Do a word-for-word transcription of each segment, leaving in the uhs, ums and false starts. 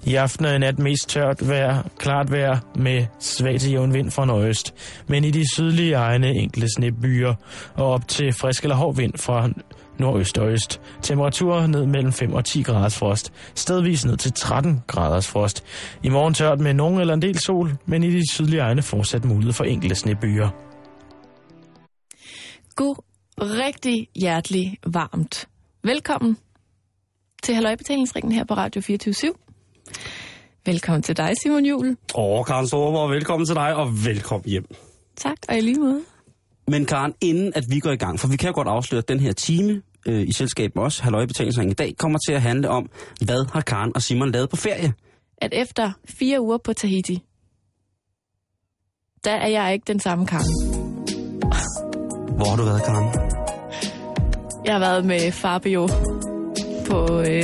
I aften og i nat mest tørt vejr, klart vejr med svag til jævn vind fra nordøst. Men i de sydlige egne enkelte snebyer og op til frisk eller hård vind fra nordøst og øst. Temperaturer ned mellem fem og ti graders frost. Stedvis ned til tretten graders frost. I morgen tørt med nogen eller en del sol, men i de sydlige egne fortsat mulighed for enkelte snebyer. God, rigtig hjertelig varmt. Velkommen til Halløjbetalingsringen her på Radio fireogtyve syv. Velkommen til dig, Simon Juhl. Åh, Karen Storborg, velkommen til dig, og velkommen hjem. Tak, og i lige måde. Men Karen, inden at vi går i gang, for vi kan jo godt afsløre, at den her time øh, i selskab med os, Halløjbetalingsringen i dag, kommer til at handle om, hvad har Karen og Simon lavet på ferie? At efter fire uger på Tahiti, der er jeg ikke den samme Karen. Hvor har du været, Karen? Jeg har været med Fabio på øh,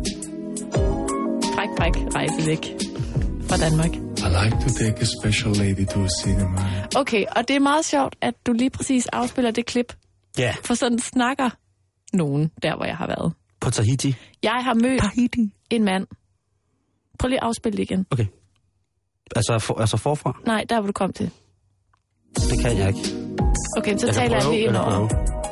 fræk, fræk rejse væk fra Danmark. I like to take a special lady to a cinema. Okay, og det er meget sjovt, at du lige præcis afspiller det klip. Ja. Yeah. For sådan snakker nogen der, hvor jeg har været. På Tahiti? Jeg har mødt Tahiti. en mand. Prøv lige at afspille det igen. Okay. Altså, for, altså forfra? Nej, der hvor du kom til. Det kan jeg ikke. Okay, så jeg taler jeg lige ind over.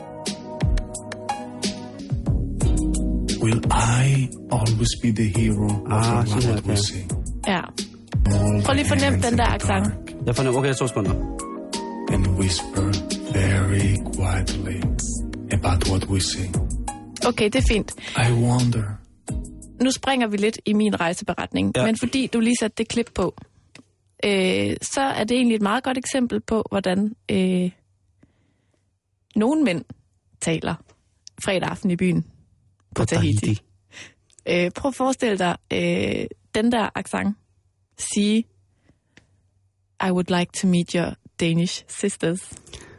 Will I always be the hero Ah, of sådan what her, we sing? Ja. Prøv lige at fornemme den der accent. Jeg fornemmer, okay, to sekunder. And whisper very quietly about what we sing. Okay, det er fint. I wonder. Nu springer vi lidt i min rejseberetning, ja. Men fordi du lige satte det klip på, øh, så er det egentlig et meget godt eksempel på, hvordan øh, nogle mænd taler fredag aften i byen på, på Tahiti. Tahiti. Øh, prøv at forestille dig øh, den der accent sige, I would like to meet your Danish sisters.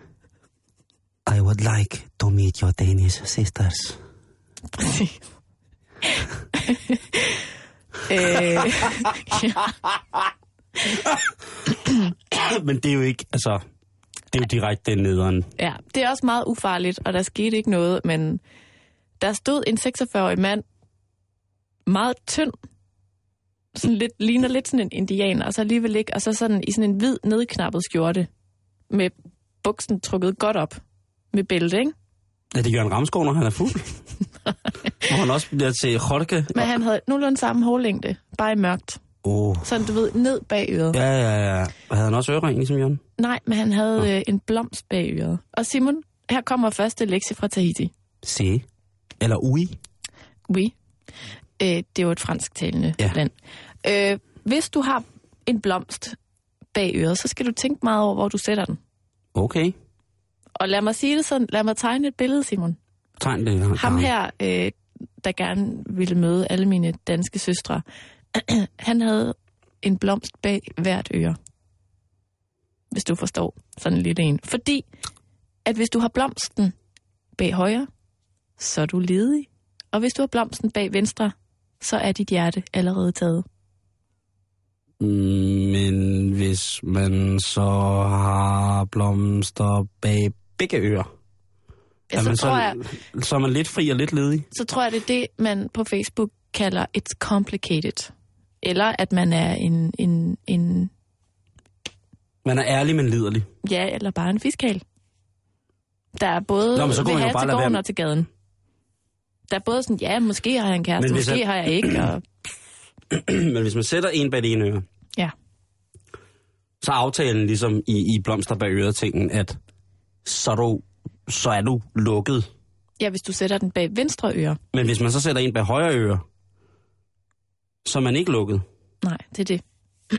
I would like to meet your Danish sisters. Præcis. øh, ja. Men det er jo ikke, altså, det er jo direkte nederen. Ja, det er også meget ufarligt, og der skete ikke noget, men der stod en seksogfyrre-årig mand, meget tynd, sådan lidt, ligner lidt sådan en indianer, og så alligevel ikke, og så sådan i sådan en hvid nedknappet skjorte, med buksen trukket godt op, med bælte, ikke? Er det Jørgen Ramskov, når han er fuld? Hvor han også bliver til Jorge? Men han havde nogenlunde samme hårlængde, bare i mørkt. Oh. Sådan, du ved, ned bag øret. Ja, ja, ja. Og havde han også ørering, ligesom Jørgen? Nej, men han havde øh, en blomst bag øret. Og Simon, her kommer første lektie fra Tahiti. Si. Eller oui. Oui. Øh, det er jo et fransktalende ja. land. Øh, hvis du har en blomst bag øret, så skal du tænke meget over, hvor du sætter den. Okay. Og lad mig sige det sådan, lad mig tegne et billede, Simon. Tegn det. Ham, Ham her, øh, der gerne ville møde alle mine danske søstre, han havde en blomst bag hvert øre. Hvis du forstår sådan lidt en. Fordi, at hvis du har blomsten bag højre, så er du ledig. Og hvis du har blomsten bag venstre, så er dit hjerte allerede taget. Men hvis man så har blomster bag begge ører, ja, så, så, tror jeg, så er man lidt fri og lidt ledig. Så tror jeg, det er det, man på Facebook kalder it's complicated. Eller at man er en... en, en man er ærlig, men liderlig. Ja, eller bare en fiskal. Der er både Nå, så vil have til gården og til gaden. Der er både sådan, ja, måske har jeg en kæreste, måske jeg... har jeg ikke. Og... Men hvis man sætter en bag det ene øre, ja. så er aftalen ligesom i, i blomster bag øret-tingen, at så er, du, så er du lukket. Ja, hvis du sætter den bag venstre øre. Men hvis man så sætter en bag højre øre, så er man ikke lukket. Nej, det er det.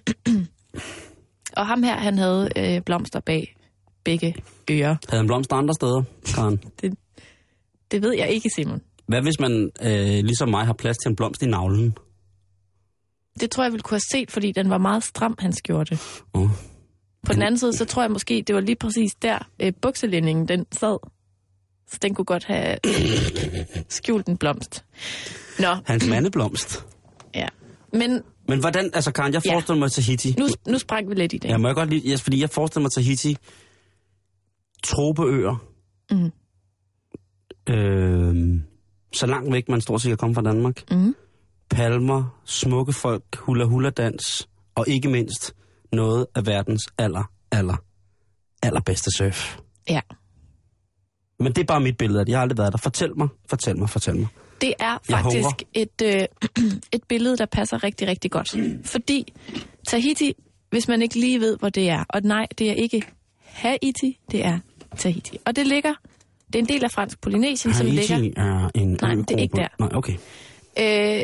Og ham her, han havde øh, blomster bag begge ører. Havde han blomster andre steder, Karen? det, det ved jeg ikke, Simon. Hvad hvis man, øh, ligesom mig, har plads til en blomst i navlen? Det tror jeg ville kunne have set, fordi den var meget stram, hans skjorte. Uh. På den anden side, så tror jeg måske, det var lige præcis der, øh, bukselinningen, den sad. Så den kunne godt have skjult en blomst. Nå. Hans mandeblomst. Ja. Men, Men hvordan, altså Karen, jeg forestiller ja. mig Tahiti. Nu, nu sprang vi lidt i det. Ja, må jeg godt lide, ja, fordi jeg forestiller mig Tahiti. Tropeøer. Mm. Øh, så langt væk, man stort set kan komme fra Danmark. Mm. palmer, smukke folk, hula-hula-dans, og ikke mindst noget af verdens aller, aller, allerbedste surf. Ja. Men det er bare mit billede, at jeg har aldrig været der. Fortæl mig, fortæl mig, fortæl mig. Det er faktisk et, øh, et billede, der passer rigtig, rigtig godt. Fordi Tahiti, hvis man ikke lige ved, hvor det er, og nej, det er ikke Haiti, det er Tahiti. Og det ligger, det er en del af Fransk Polynesien, som ligger... Haiti er en Nej, det er ikke der. Nej, okay. Øh...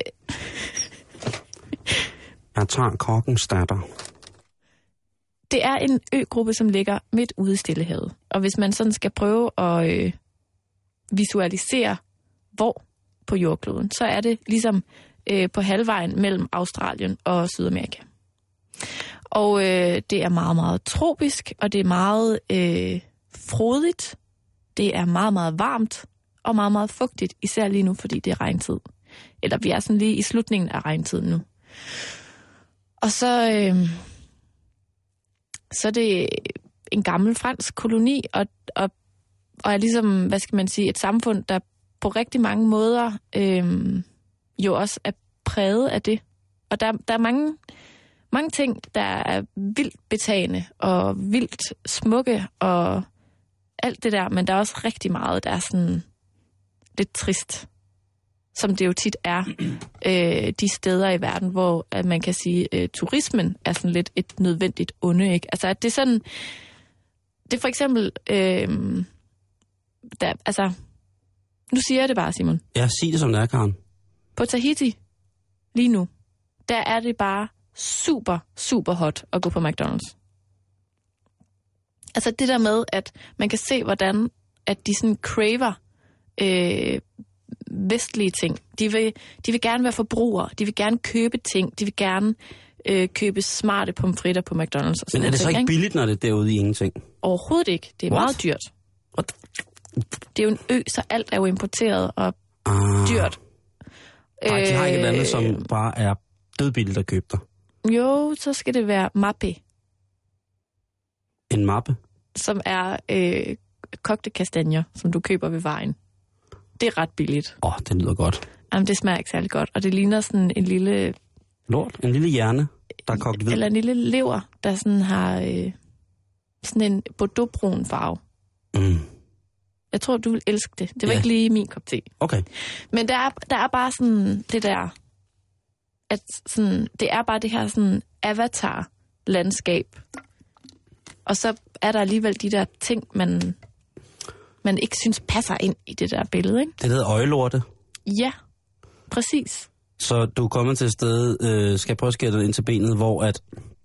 Jeg tager kokkens datter. Det er en øgruppe, som ligger midt ude i Stillehavet. Og hvis man sådan skal prøve at øh, visualisere, hvor på jordkloden, så er det ligesom øh, på halvvejen mellem Australien og Sydamerika. Og øh, det er meget, meget tropisk, og det er meget øh, frodigt. Det er meget, meget varmt og meget, meget fugtigt, især lige nu, fordi det er regntid. Eller vi er sådan lige i slutningen af regntiden nu. Og så, øh, så er det en gammel fransk koloni, og, og, og er ligesom, hvad skal man sige, et samfund, der på rigtig mange måder øh, jo også er præget af det. Og der, der er mange, mange ting, der er vildt betagende og vildt smukke og alt det der, men der er også rigtig meget, der er sådan lidt trist, som det jo tit er øh, de steder i verden, hvor at man kan sige, øh, turismen er sådan lidt et nødvendigt onde, ikke? Altså, at det er sådan, det er for eksempel, øh, der, altså, nu siger jeg det bare, Simon. Ja, sig det som det er, Karen. På Tahiti, lige nu, der er det bare super, super hot at gå på McDonald's. Altså det der med, at man kan se, hvordan at de sådan craver øh, vestlige ting. De vil, de vil gerne være forbrugere, de vil gerne købe ting, de vil gerne øh, købe smarte pomfritter på McDonald's. Og sådan. Men er det så ting, ikke billigt, når det er derude i ingenting? Overhovedet ikke. Det er What? meget dyrt. What? Det er jo en ø, så alt er jo importeret og ah. dyrt. Nej, de har ikke et andet, Øh, som bare er dødbilligt at købe der. Jo, så skal det være mappe, En mappe? som er øh, kogte kastanjer, som du køber ved vejen. Det er ret billigt. Åh, oh, det lyder godt. Jamen, det smager ikke særlig godt, og det ligner sådan en lille... Lort, en lille hjerne, der er kogt hvid. Eller en lille lever, der sådan har øh, sådan en bordeauxbrun farve. Mm. Jeg tror, du vil elske det. Det var Ja. ikke lige min kop te. Okay. Men der er, der er bare sådan det der... At sådan, det er bare det her sådan avatar-landskab. Og så er der alligevel de der ting, man, man ikke synes passer ind i det der billede, ikke? Det hedder øjelorte. Ja, præcis. Så du er kommet til et sted, øh, skal jeg prøve at skære dig ind til benet, hvor at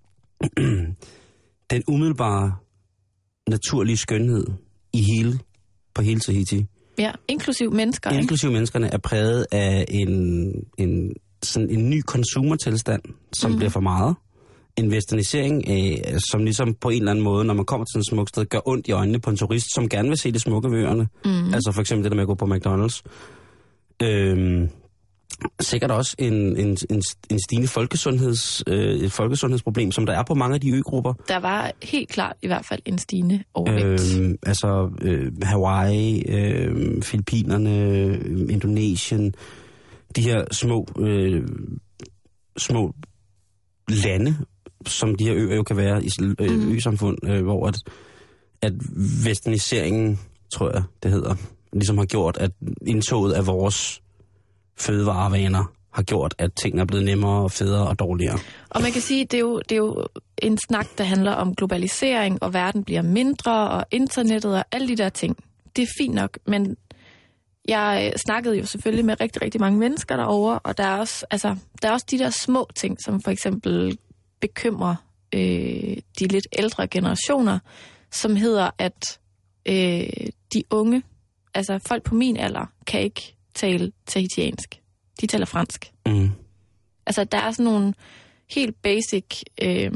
den umiddelbare naturlige skønhed i hele, på hele Tahiti, Ja, inklusiv mennesker, inklusiv menneskerne, er præget af en, en, sådan en ny konsumertilstand, som mm. bliver for meget. En westernisering, af, som ligesom på en eller anden måde, når man kommer til sådan et smukt sted, gør ondt i øjnene på en turist, som gerne vil se det smukke ved øerne. Mm. Altså for eksempel det der med at gå på McDonald's. Øhm, sikkert også en, en, en, en stigende folkesundheds, øh, et folkesundhedsproblem, som der er på mange af de øgrupper. Der var helt klart i hvert fald en stigende overvægt. Øhm, altså øh, Hawaii, øh, Filippinerne, øh, Indonesien, de her små, øh, små lande, som de her øer jo kan være i øh, mm. øsamfund, øh, hvor at, at westerniseringen, tror jeg det hedder, ligesom har gjort, at indtoget af vores fødevarevaner har gjort, at tingene er blevet nemmere og federe og dårligere. Og man kan sige, det er jo, det er jo en snak, der handler om globalisering, og verden bliver mindre, og internettet og alle de der ting. Det er fint nok, men jeg snakkede jo selvfølgelig med rigtig, rigtig mange mennesker derovre, og der er også, altså, der er også de der små ting, som for eksempel bekymrer øh, de lidt ældre generationer, som hedder, at øh, de unge, altså folk på min alder, kan ikke tale tahitiansk. De taler fransk. Mm. Altså, der er sådan nogle helt basic, øh,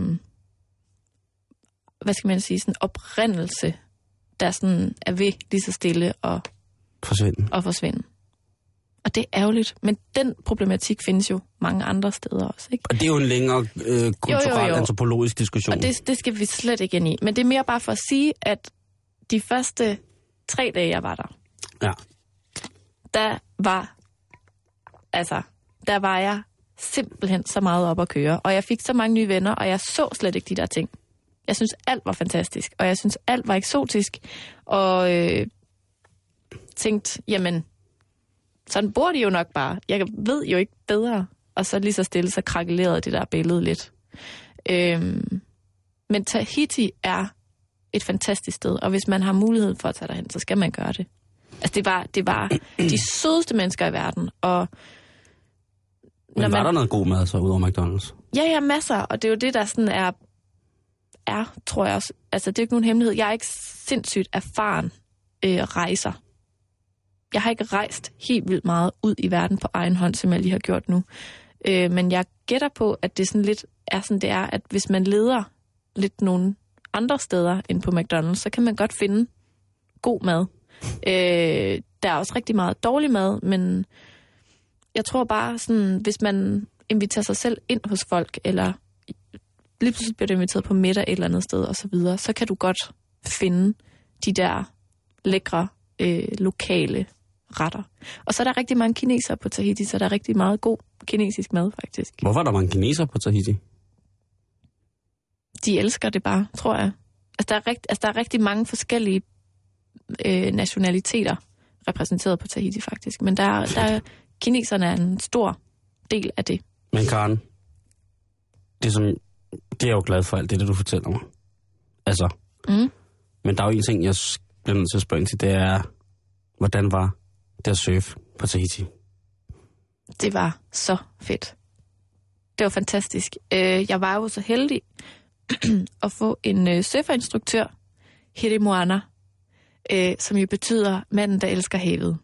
hvad skal man sige, sådan oprindelse, der sådan er ved lige så stille og forsvinde. Og forsvinde. Og det er ærgerligt, men den problematik findes jo mange andre steder også, ikke? Og det er jo en længere øh, kulturel, antropologisk diskussion. Og det, det skal vi slet ikke ind i. Men det er mere bare for at sige, at de første tre dage, jeg var der, ja. der var, altså, der var jeg simpelthen så meget op at køre. Og jeg fik så mange nye venner, og jeg så slet ikke de der ting. Jeg synes, alt var fantastisk, og jeg synes, alt var eksotisk. Og øh, tænkte, jamen, sådan bor de jo nok bare. Jeg ved jo ikke bedre. Og så lige så stille, så krakelerede det der billede lidt. Øhm, men Tahiti er et fantastisk sted, og hvis man har mulighed for at tage derhen, så skal man gøre det. Altså, det var, det var de sødeste mennesker i verden, og... Men var man... der noget god mad så, ud over McDonald's? Ja, ja, masser, og det er jo det, der sådan er, er, tror jeg også. Altså, det er jo ikke nogen hemmelighed. Jeg er ikke sindssygt erfaren øh, rejser. Jeg har ikke rejst helt vildt meget ud i verden på egen hånd, som jeg lige har gjort nu. Øh, men jeg gætter på, at det sådan lidt er sådan, det er, at hvis man leder lidt nogle andre steder end på McDonald's, så kan man godt finde god mad. Øh, der er også rigtig meget dårlig mad, men jeg tror bare sådan, hvis man inviterer sig selv ind hos folk, eller lige pludselig bliver du inviteret på middag et eller andet sted og så videre, så kan du godt finde de der lækre, øh, lokale retter. Og så er der rigtig mange kinesere på Tahiti, så der er rigtig meget god kinesisk mad, faktisk. Hvorfor er der mange kinesere på Tahiti? De elsker det bare, tror jeg. Altså, der er, rigt, altså, der er rigtig mange forskellige øh, nationaliteter repræsenteret på Tahiti, faktisk. Men der, der kineserne er en stor del af det. Men Karen, det, som, det er jeg jo glad for alt det, det du fortæller mig. Altså, mm. Men der er jo en ting, jeg bliver nødt til at spørge ind til, det er, hvordan var det at surfe på Tahiti? Det var så fedt. Det var fantastisk. Jeg var jo så heldig at få en surferinstruktør, Hiri Moana, som jo betyder manden, der elsker havet.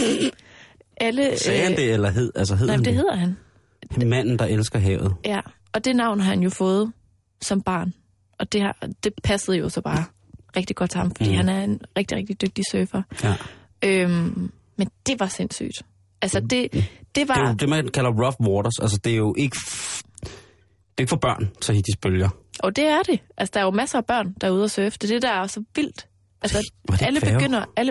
Alle, Sagde han det, eller hed, altså hed nej, han det? det hedder han. Manden, der elsker havet. Ja, og det navn har han jo fået som barn. Og det, har, det passede jo så bare rigtig godt til ham, fordi mm. han er en rigtig, rigtig dygtig surfer. Ja. Øhm, men det var sindssygt. Altså, det, det var... Det er jo det, man kalder rough waters. Altså, det er jo ikke, f... det er ikke for børn, Tahitis bølger. Og det er det. Altså, der er jo masser af børn, der er ude at surfe. Det er det, der er så vildt. Altså, alle kvæve? begynder... Alle...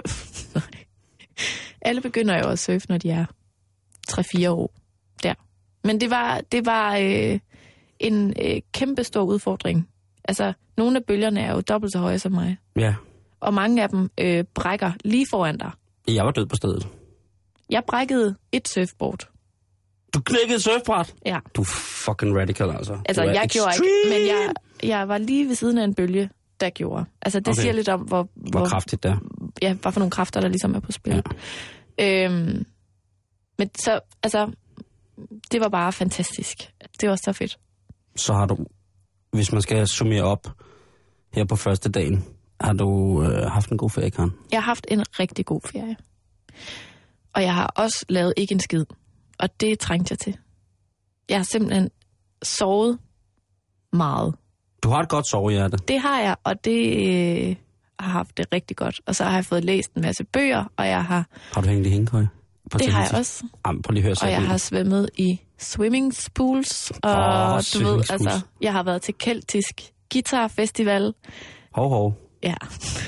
alle begynder jo at surfe, når de er tre fire år der. Men det var, det var øh, en øh, kæmpe stor udfordring. Altså, nogle af bølgerne er jo dobbelt så høje som mig. Ja. Og mange af dem øh, brækker lige foran dig. Jeg var død på stedet. Jeg brækkede et surfboard. Du knækkede et surfbræt? Ja. Du er fucking radical, altså. Altså, jeg extreme. gjorde ikke, men jeg, jeg var lige ved siden af en bølge, der gjorde. Altså, det okay. siger lidt om, hvor... Hvor, hvor kraftigt det er. Ja, hvad for nogle kræfter, der ligesom er på spil. Ja. Øhm, men så, altså, det var bare fantastisk. Det var så fedt. Så har du, hvis man skal summere op her på første dagen, har du øh, haft en god ferie, Karen? Jeg har haft en rigtig god ferie. Og jeg har også lavet ikke en skid. Og det trængte jeg til. Jeg har simpelthen sovet meget. Du har et godt sovehjerte. Det har jeg, og det øh, har haft det rigtig godt. Og så har jeg fået læst en masse bøger, og jeg har... Har du hængt i hængekøj? Det Tahiti? Har jeg også. Jamen, prøv lige at høre og jeg lige. Har svømmet i swimming pools, og oh, du ved, altså, jeg har været til keltisk guitarfestival. Hov, hov. Ja.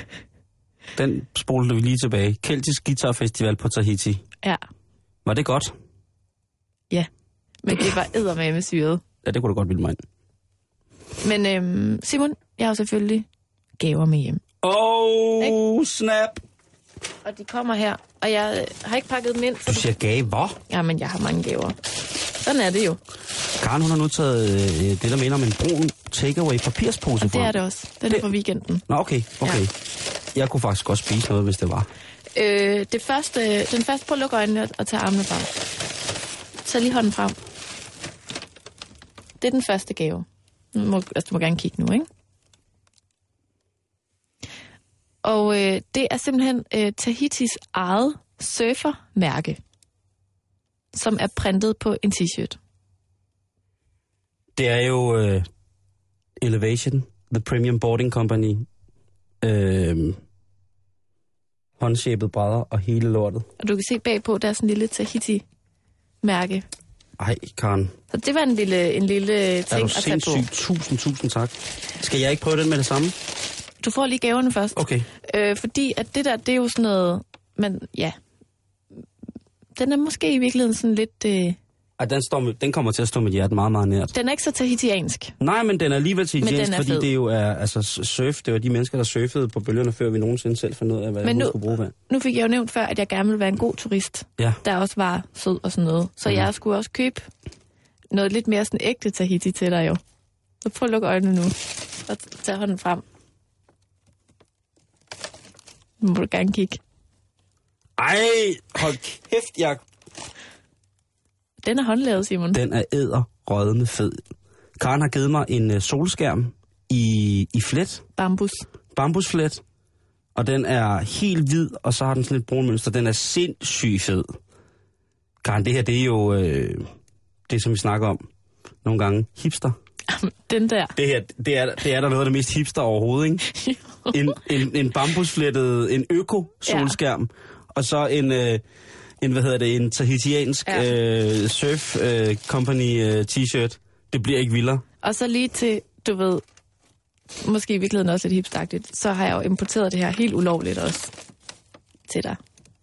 Den spolede vi lige tilbage. Keltisk guitarfestival på Tahiti. Ja. Var det godt? Ja, men det var eddermame syret. Ja, det kunne du godt bilde mig ind. Men øhm, Simon, jeg har selvfølgelig gaver med hjem. Oh, snap! Og de kommer her, og jeg har ikke pakket dem ind. Du siger gaver? Ja, men jeg har mange gaver. Sådan er det jo. Karen, hun har nu taget øh, det, der minder om en brun takeaway papirspose. Og det er det også. Den det... er fra weekenden. Nå, okay, okay. Ja. Jeg kunne faktisk også spise noget, hvis det var. Øh, det første, den første, prøv at lukke øjnene og tage armene frem. Tag lige hånden frem. Det er den første gave. Du må, altså, du må gerne kigge nu, ikke? Og øh, det er simpelthen øh, Tahitis eget surfermærke, som er printet på en t-shirt. Det er jo øh, Elevation, The Premium Boarding Company, øh, håndshapet brædder og hele lortet. Og du kan se bagpå, der er sådan en lille Tahiti-mærke. Ej, Karen. Så det var en lille, en lille ting at tage på. Tusind, tusind tak. Skal jeg ikke prøve den med det samme? Du får lige gaverne først. Okay. Øh, fordi at det der, det er jo sådan noget, men ja, den er måske i virkeligheden sådan lidt, øh, Ej, den, står med, den kommer til at stå med hjertet meget, meget nært. Den er ikke så tahitiansk. Nej, men den er alligevel tahitiansk, fordi fed. det jo er, altså surf, det var de mennesker, der surfede på bølgerne, før vi nogensinde selv fandt ud af, hvad men jeg nu, skulle bruge vand. Nu fik jeg jo nævnt før, at jeg gerne ville være en god turist, ja. der også var sød og sådan noget. Så mm. jeg skulle også købe noget lidt mere sådan ægte Tahiti til dig jo. Så prøv at lukke øjnene nu, og tage hånden frem. Nu må du gerne kigge. Ej, hold kæft, jeg... Den er håndlavet, Simon. Den er æderrødende fed. Karen har givet mig en uh, solskærm i, i flet. Bambus. Bambusflet. Og den er helt hvid, og så har den sådan lidt brun mønster. Den er sindssygt fed. Karen, det her, det er jo øh, det, som vi snakker om nogle gange. Hipster. Den der. Det her, det er, det er der noget af det mest hipster overhovedet, ikke? en, en, en bambusflettet, en øko-solskærm, ja. Og så en... Øh, en, hvad hedder det, en tahitiansk ja. øh, surf øh, company øh, t-shirt. Det bliver ikke vildere. Og så lige til, du ved, måske i virkeligheden også lidt hipstagtigt, så har jeg jo importeret det her helt ulovligt også til dig.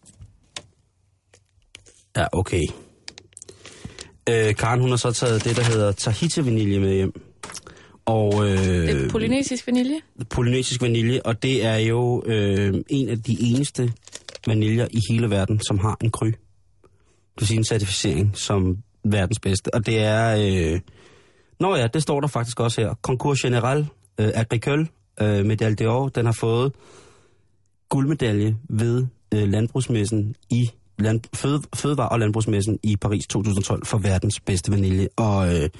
Ja, okay. Øh, Karen, hun har så taget det, der hedder Tahiti-vanilje med hjem. Og, øh, det er polynesisk vanilje? Polynesisk vanilje, og det er jo øh, en af de eneste vaniljer i hele verden, som har en kry. Det vil sige en certificering som verdens bedste. Og det er... Øh, nå ja, det står der faktisk også her. Concours General øh, Agricole øh, Medaille d'Or, den har fået guldmedalje ved øh, landbrugsmessen i land, føde, Fødevare- og Landbrugsmessen i Paris to tusind og tolv for verdens bedste vanilje. Og øh,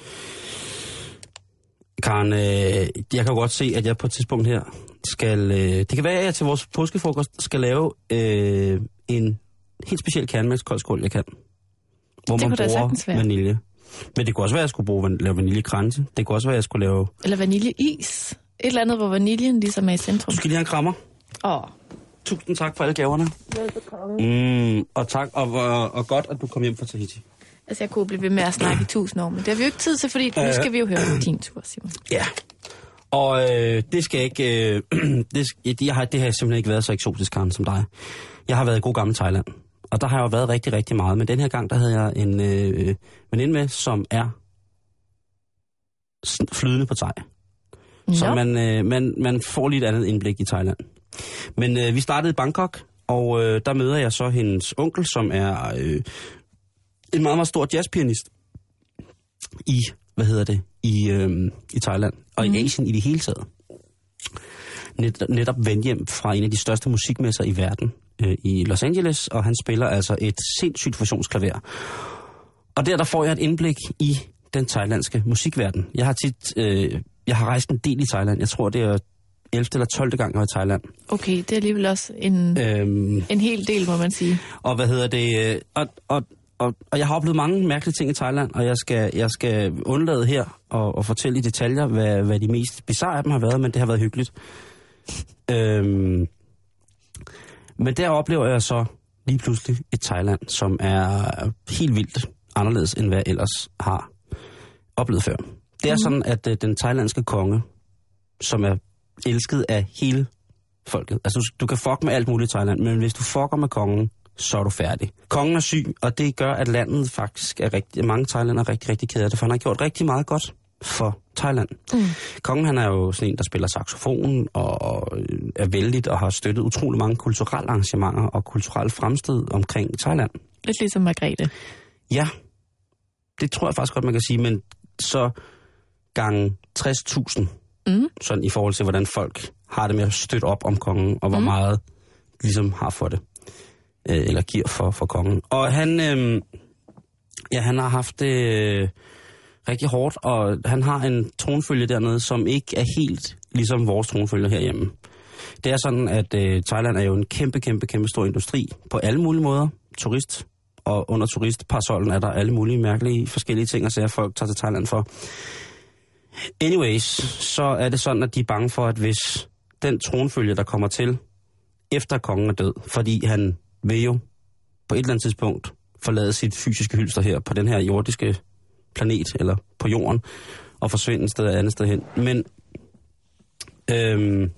Karen, øh, jeg kan jo godt se, at jeg på et tidspunkt her skal... Øh, det kan være, at jeg til vores påskefrokost skal lave øh, en helt speciel kærnemælkskoldskål, jeg kan. Hvor det man bruger vanilje. Men det kunne også være, at jeg skulle bruge, lave vaniljekranse. Det kunne også være, at jeg skulle lave... Eller vaniljeis. Et eller andet, hvor vaniljen ligesom er i centrum. Du skal lige have en krammer. Åh. Tusind tak for alle gaverne. Velbekomme. Mm, og tak, og, og, og godt, at du kom hjem fra Tahiti. Altså, jeg kunne blive ved med at snakke i tusind år, men det har vi jo ikke tid til, fordi nu skal vi jo høre på din tur, Simon. Ja, og øh, det skal ikke... Øh, det, jeg har, det har simpelthen ikke været så eksotisk, Karen, som dig. Jeg har været i god gammel Thailand, og der har jeg jo været rigtig, rigtig meget. Men den her gang, der havde jeg en øh, veninde med, som er flydende på thai. Så man, øh, man, man får lidt andet indblik i Thailand. Men øh, vi startede i Bangkok, og øh, der møder jeg så hendes onkel, som er øh, en meget, meget stor jazzpianist i, hvad hedder det, i, øh, i Thailand, og mm. i Asien i det hele taget. Net, netop vendt hjem fra en af de største musikmesser i verden, øh, i Los Angeles, og han spiller altså et sindssygt fusionsklaver. Og der, der får jeg et indblik i den thailandske musikverden. Jeg har tit, øh, jeg har rejst en del i Thailand. Jeg tror, det er ellevte eller tolvte gang, jeg var i Thailand. Okay, det er alligevel også en, øhm, en hel del, må man sige. Og hvad hedder det? Og, og, og, og jeg har oplevet mange mærkelige ting i Thailand, og jeg skal, jeg skal undlade her og, og fortælle i detaljer, hvad, hvad de mest bizarre af dem har været, men det har været hyggeligt. øhm, men der oplever jeg så lige pludselig et Thailand, som er helt vildt anderledes, end hvad jeg ellers har oplevet før. Det er mm. sådan, at uh, den thailandske konge, som er elsket af hele folket. Altså, du, du kan fuck med alt muligt i Thailand, men hvis du fucker med kongen, så er du færdig. Kongen er syg, og det gør, at landet faktisk er rigtig... Mange thailandere er rigtig, rigtig kede af det, for han har gjort rigtig meget godt for Thailand. Mm. Kongen, han er jo sådan en, der spiller saxofon, og, og er vældigt, og har støttet utrolig mange kulturelle arrangementer og kulturelle fremstød omkring Thailand. Lidt ligesom Margrethe. Ja, det tror jeg faktisk godt, man kan sige, men så gange tres tusind, mm. sådan i forhold til, hvordan folk har det med at støtte op om kongen, og hvor mm. meget ligesom har for det, øh, eller giver for, for kongen. Og han, øh, ja, han har haft det øh, rigtig hårdt, og han har en tronfølge dernede, som ikke er helt ligesom vores tronfølge herhjemme. Det er sådan, at øh, Thailand er jo en kæmpe, kæmpe, kæmpe stor industri på alle mulige måder. Turist, og under turistparasollen er der alle mulige mærkelige forskellige ting, og så folk tager til Thailand for. Anyways, så er det sådan, at de er bange for, at hvis den tronfølge, der kommer til, efter kongen er død, fordi han vil jo på et eller andet tidspunkt forlade sit fysiske hylster her på den her jordiske planet, eller på jorden, og forsvinde et sted et andet sted hen. Men øhm,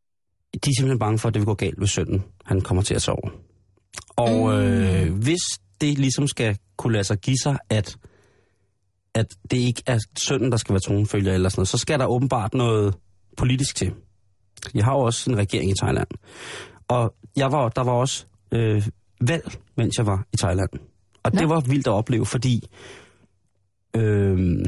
de er simpelthen bange for, at det vil gå galt, hvis sønnen han kommer til at sove. Og øh, hvis det ligesom skal kunne lade sig give sig, at, at det ikke er sønnen, der skal være tronfølger eller sådan noget, så skal der åbenbart noget politisk til. Jeg har jo også en regering i Thailand. Og jeg var, der var også øh, valg, mens jeg var i Thailand. Og Nå. det var vildt at opleve, fordi øh,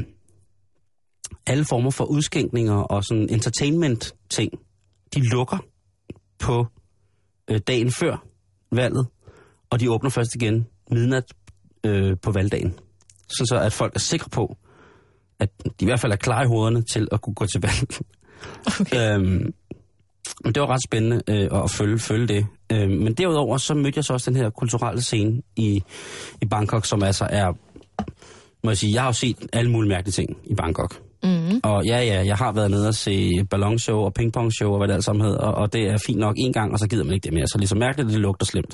alle former for udskænkninger og sådan entertainment-ting, de lukker på øh, dagen før valget, og de åbner først igen midnat øh, på valgdagen. Så, så at folk er sikre på, at de i hvert fald er klar i hovederne til at kunne gå til valg. Okay. øhm, men det var ret spændende øh, at følge, følge det. Øhm, men derudover så mødte jeg så også den her kulturelle scene i, i Bangkok, som altså er, må jeg sige, jeg har jo set alle mulige mærkelige ting i Bangkok. Mm-hmm. Og ja, ja, jeg har været nede og se ballonshow og pingpongshow og hvad det alt sammen hedder, og, og det er fint nok en gang, og så gider man ikke det mere. Så ligesom mærkeligt, at det lugter slemt.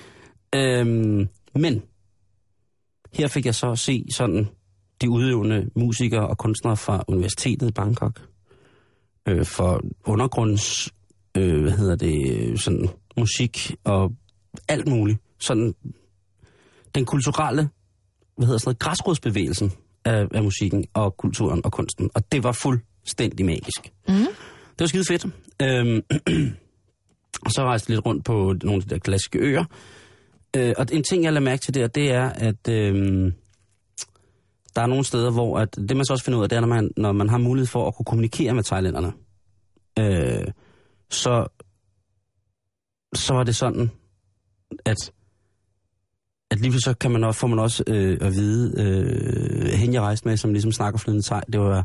Øhm, men her fik jeg så at se sådan de udøvende musikere og kunstnere fra Universitetet i Bangkok, øh, for undergrunds, øh, hvad hedder det, sådan musik og alt muligt. Sådan den kulturelle, hvad hedder sådan noget, græsrodsbevægelsen af, af musikken og kulturen og kunsten. Og det var fuldstændig magisk. Mm. Det var skide fedt. Øhm, og så rejste jeg lidt rundt på nogle af de der klassiske øer. Øh, og en ting, jeg lader mærke til der, det er, at øh, der er nogle steder, hvor at, det man så også finder ud af, det er, når man, når man har mulighed for at kunne kommunikere med thailænderne. Øh, så, så var det sådan, at at lige så kan man også, får man også øh, at vide, øh, hende jeg rejste med, som ligesom snakker flydende thai, det var,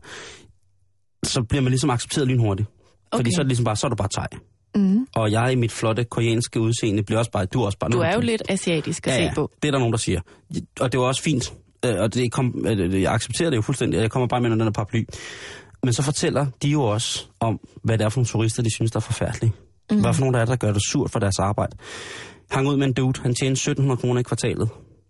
så bliver man ligesom accepteret lynhurtigt. Okay. Fordi så er det ligesom bare, så er du bare thai. Mm. Og jeg i mit flotte koreanske udseende bliver også bare, du er også bare... Du er jo lidt asiatisk at ja, se på. det er der nogen, der siger. Og det var også fint. Og det kom, jeg accepterer det jo fuldstændig. Jeg kommer bare med under den her paraply. Men så fortæller de jo også om, hvad det er for nogle turister, de synes, der er forfærdelige. Mm. Hvad for nogle der er, der gør det surt for deres arbejde. Hang ud med en dude. Han tjente sytten hundrede kroner i kvartalet.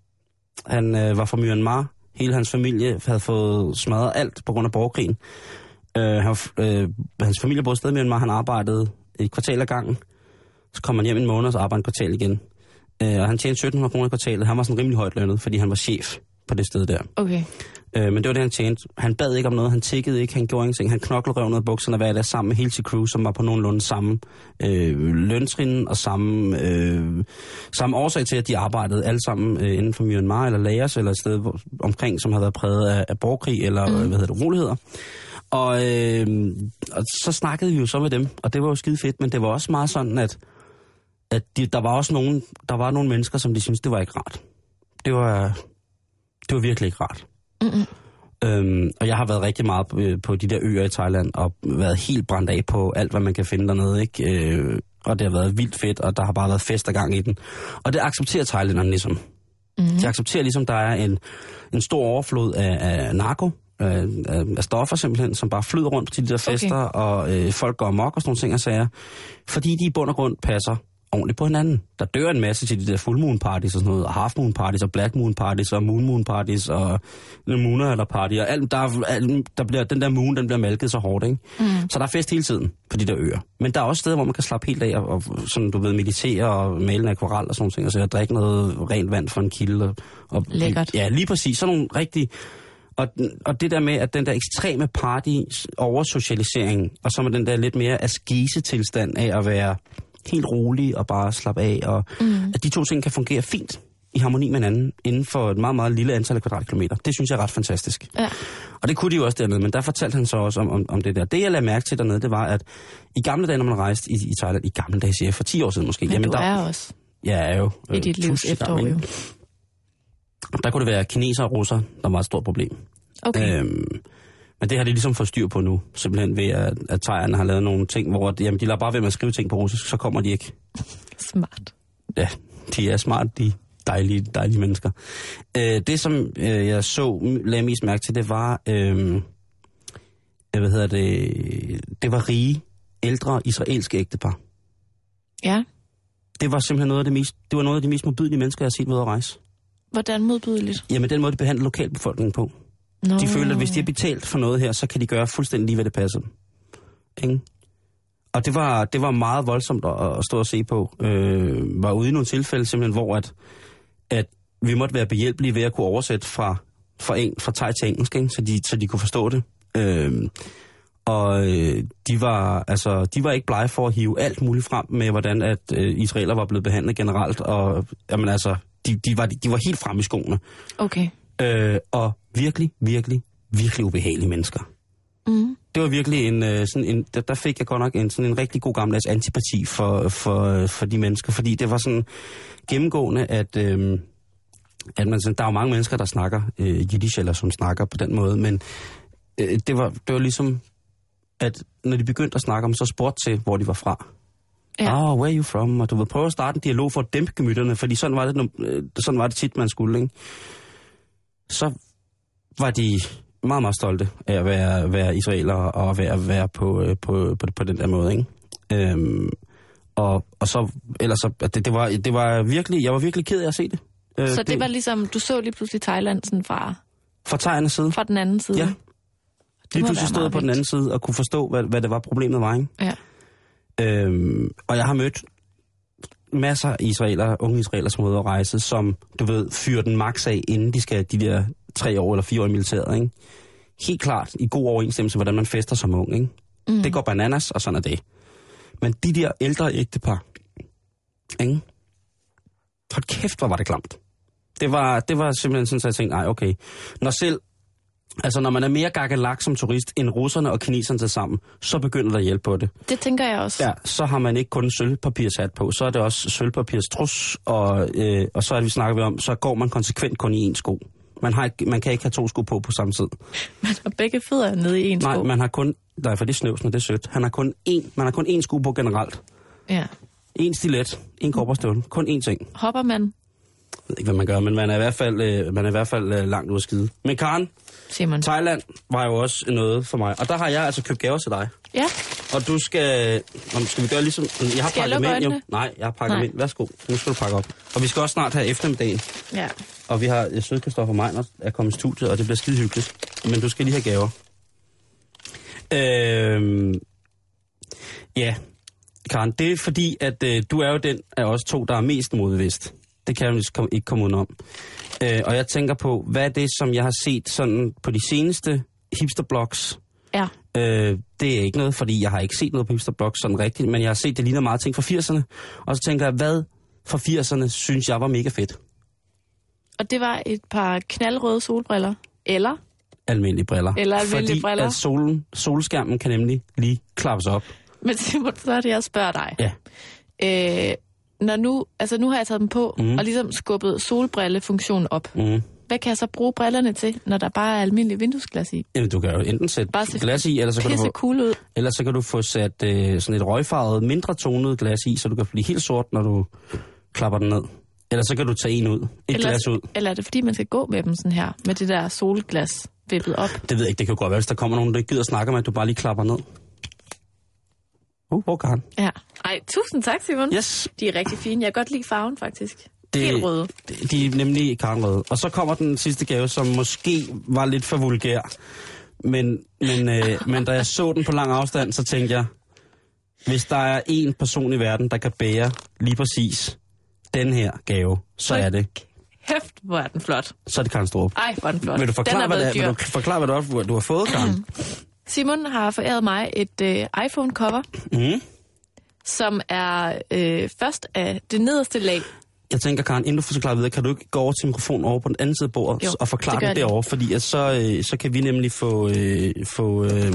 Han øh, var fra Myanmar. Hele hans familie havde fået smadret alt på grund af borgerkrigen. Øh, han, øh, hans familie boede stadig i Myanmar. Han arbejdede et kvartal ad gangen. Så kom han hjem en måned, og så arbejdede et kvartal igen. Øh, og han tjente sytten hundrede kroner i kvartalet. Han var sådan rimelig højt lønnet, fordi han var chef på det sted der. Okay. Øh, men det var det, han tjente. Han bad ikke om noget, han tikkede ikke, han gjorde ingenting. Han knoklede røv ned af bukserne hver dag sammen med hele sit crew, som var på nogenlunde samme øh, løntrin og samme, øh, samme årsag til, at de arbejdede alle sammen øh, inden for Myanmar eller Laos, eller et sted hvor, omkring, som havde været præget af, af borgerkrig eller mm. øh, hvad hedder det, uroligheder. Og, øh, og så snakkede vi jo så med dem, og det var jo skide fedt, men det var også meget sådan, at, at de, der var også nogen, der var nogle mennesker, som de syntes, det var ikke rart. Det var, det var virkelig ikke rart. Mm-hmm. Øhm, og jeg har været rigtig meget på, på de der øer i Thailand, og været helt brændt af på alt, hvad man kan finde dernede, ikke? Øh, og det har været vildt fedt, og der har bare været fest og gang i den. Og det accepterer thailænderne ligesom. Mm-hmm. De accepterer ligesom, der er en, en stor overflod af, af narko, af, af stoffer simpelthen, som bare flyder rundt til de der fester, okay. og øh, folk går amok og sådan nogle ting og sager, fordi de i bund og grund passer ordentligt på hinanden. Der dør en masse til de der full moon parties og sådan noget, og half moon parties, og black moon parties, og moon moon parties, og mooner eller party, og alt, der, alt, der bliver, den der moon, den bliver malket så hårdt, ikke? Mm. Så der er fest hele tiden på de der øer. Men der er også steder, hvor man kan slappe helt af, og, og sådan, du ved, meditere, og male en akvarel og sådan noget, og så drikke noget rent vand fra en kilde. Og, og, lækkert. Ja, lige præcis. Sådan nogle rigtig... Og, og det der med, at den der ekstreme party oversocialisering, og så med den der lidt mere askese-tilstand af at være helt rolig og bare slappe af, og mm. at de to ting kan fungere fint i harmoni med hinanden inden for et meget, meget lille antal af kvadratkilometer. Det synes jeg er ret fantastisk. Ja. Og det kunne de jo også dernede, men der fortalte han så også om, om, om det der. Det jeg lagde mærke til dernede, det var, at i gamle dage, når man rejste i, i Thailand, i gamle dage, siger jeg, for ti år siden måske. Men jamen, du der, er også ja, er jo, i dit livs efterår jo. Der kunne det være kinesere og russer, der var et stort problem. Okay. Øhm, men det har de ligesom fået styr på nu, simpelthen ved, at, at thaierne har lavet nogle ting, hvor jamen, de lader bare ved med at skrive ting på russisk, så kommer de ikke. Smart. Ja, de er smart, de dejlige, dejlige mennesker. Øh, det, som øh, jeg så, lagde mest mærke til, det var, øh, hvad hedder det, det var rige, ældre israelske ægtepar. Ja. Det var simpelthen noget af det mest, det var noget af de mest modbydelige mennesker, jeg har set ved at rejse. Hvordan modbydeligt? Jamen, den måde, de behandler lokalbefolkningen på. No. De føler, at hvis de har betalt for noget her, så kan de gøre fuldstændig lige, hvad det passer. Ikke? Og det var, det var meget voldsomt at, at stå og se på. Øh, var ude i nogle tilfælde simpelthen, hvor at, at vi måtte være behjælpelige ved at kunne oversætte fra, fra, en, fra thai til engelsk, ikke? Så, de, så de kunne forstå det. Øhm, og øh, de, var, altså, de var ikke blege for at hive alt muligt frem med, hvordan at øh, israeler var blevet behandlet generelt. Og jamen, altså, de, de, var, de var helt fremme i skoene. Okay. Øh, og virkelig, virkelig, virkelig ubehagelige mennesker. Mm. Det var virkelig en, sådan en, der fik jeg godt nok en, sådan en rigtig god gammeldags antipati for, for, for de mennesker, fordi det var sådan gennemgående, at, øh, at man sådan, der er jo mange mennesker, der snakker øh, jiddisch, eller som snakker på den måde, men øh, det, var, det var ligesom, at når de begyndte at snakke om, så spurgte til, hvor de var fra. Ja. Oh, where are you from? Og du vil prøve at starte en dialog for at dæmpe gemytterne, fordi sådan var det, sådan var det tit, man skulle, ikke? Så var de meget, meget stolte af at være, være israelere og at være, være på, på, på, på den der måde, ikke? Øhm, og, og så, ellers så, det, det, var, det var virkelig, jeg var virkelig ked af at se det. Øh, så det, det var ligesom, du så lige pludselig Thailand sådan fra... Fra thaiernes side? Fra den anden side? Ja. Lige pludselig stod på den anden side og kunne forstå, hvad, hvad det var, problemet var, ikke? Ja. Øhm, og jeg har mødt masser af israelere, unge israelere, som er ude at rejse, som, du ved, fyrer den max af, inden de skal de der tre år eller fire år i militæret, ikke? Helt klart i god overensstemmelse, hvordan man fester som ung, ikke? Mm. Det går bananas, og sådan er det. Men de der ældre ægtepar, ikke? Hold kæft, hvor var det klamt. Det var, det var simpelthen sådan, at jeg tænkte, nej, okay. Når selv, altså når man er mere gakkelak som turist, end russerne og kineserne til sammen, så begynder der at hjælpe på det. Det tænker jeg også. Ja, så har man ikke kun sølvpapirshat på, så er det også sølvpapirstrus, og, øh, og så er det, vi snakker vi om, så går man konsekvent kun i en sko. Man, har ikke, man kan ikke have to sko på på samme tid. Man har begge fødder nede i en sko. Nej, man har kun, nej, for det er snøvsen, og det er sødt. Han har kun én, man har kun én sko på generelt. Ja. En stilet, en kopperstøvle, kun én ting. Hopper man? Jeg ved ikke, hvad man gør, men man er i hvert fald, øh, man er i hvert fald øh, langt ud at skide. Men Karen, Simon. Thailand var jo også noget for mig. Og der har jeg altså købt gaver til dig. Ja. Og du skal... Om, skal vi gøre ligesom... Jeg har skal pakket jeg ind, jo. Nej, jeg har pakket ind. Værsgo. Nu skal du pakke op. Og vi skal også snart have eftermiddagen. Ja. Og vi har søde Kristoffer Meiner er kommet i studiet, og det bliver skide hyggeligt. Men du skal lige have gaver. Øhm, ja, Karen, det er fordi, at øh, du er jo den af os to, der er mest modbevidst. Det kan jeg jo ikke komme udenom. Øh, og jeg tænker på, hvad er det, som jeg har set sådan på de seneste hipsterblogs? Ja. Øh, det er ikke noget, fordi jeg har ikke set noget på hipsterblogs sådan rigtigt, men jeg har set, det ligner meget ting fra firserne. Og så tænker jeg, hvad fra firserne synes jeg var mega fedt? Og det var et par knaldrøde solbriller, eller? Almindelige briller. Eller almindelige fordi briller. Fordi solen, solskærmen kan nemlig lige klappes op. Men Simon, så er det, jeg spørger dig. Ja. Øh, når nu, altså nu har jeg taget dem på, mm. og ligesom skubbet solbrillefunktionen op. Mm. Hvad kan jeg så bruge brillerne til, når der bare er almindelig vinduesglas i? Jamen, du kan jo enten sætte bare glas i, eller så kan du få, cool ud. Eller så kan du få sat øh, sådan et røgfarvet, mindre tonet glas i, så du kan blive helt sort, når du klapper den ned. Eller så kan du tage en ud. Et eller, glas ud. Eller er det fordi, man skal gå med dem sådan her, med det der solglas vippet op? Det ved jeg ikke, det kan jo godt være, hvis der kommer nogen, der ikke gider at snakke med, at du bare lige klapper ned. Uh, hvor kan han? Ja. Ej, tusind tak, Simon. Yes. De er rigtig fine. Jeg kan godt lide farven, faktisk. Det, helt røde. De, de er nemlig karenrøde. Og så kommer den sidste gave, som måske var lidt for vulgær. Men, men, øh, men da jeg så den på lang afstand, så tænkte jeg, hvis der er en person i verden, der kan bære lige præcis den her gave, så er det... Hæft, hvor er den flot. Så er det Karen Strup. Ej, hvor er den flot. Vil du forklare, hvad, det, vil du forklare, hvad du, du har fået, Karen? Simon har foræret mig et øh, iPhone-cover, mm. som er øh, først af det nederste lag. Jeg tænker, Karen, inden du får forklaret videre, kan du ikke gå over til mikrofonen over på den anden side af bordet jo, og forklare det, det derovre, fordi at så, øh, så kan vi nemlig få, øh, få, øh,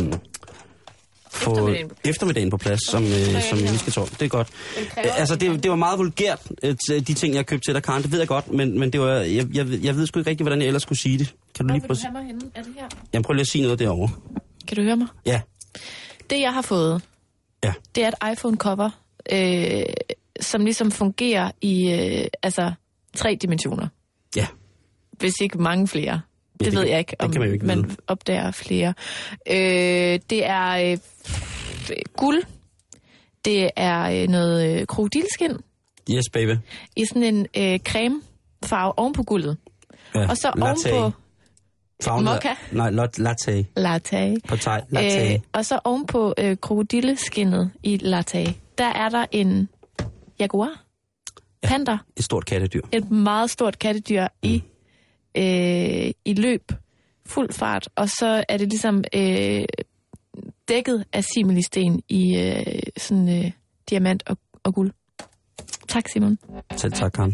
få eftermiddagen, på eftermiddagen på plads, som, øh, som vi skal tage. Det er godt. Altså, det, det var meget vulgært, de ting, jeg købte til dig, Karen, det ved jeg godt, men, men det var, jeg, jeg, jeg ved sgu ikke rigtig, hvordan jeg ellers skulle sige det. Kan du lige prøve? Hvor vil du have mig henne? Er det her? Jamen, prøv lige at sige noget derovre. Kan du høre mig? Ja. Det, jeg har fået, ja. Det er et iPhone-cover, øh, som ligesom fungerer i øh, altså tre dimensioner. Ja. Hvis ikke mange flere. Det, ja, det ved kan, jeg ikke, om ikke man vide. Opdager flere. Øh, det er øh, guld. Det er øh, noget øh, krokodilskin. Yes, baby. I sådan en øh, cremefarve oven på guldet. Ja. Og så latte. oven på... Mokka. Nej, latte. Latte. På thai. Latte. Øh, og så oven på øh, krokodilleskinnet i latte, der er der en jaguar. panter. Et stort kattedyr. Et meget stort kattedyr mm. i, øh, i løb, fuld fart, og så er det ligesom øh, dækket af similisten i øh, sådan øh, diamant og, og guld. Tak, Simon. Selv tak, Karen.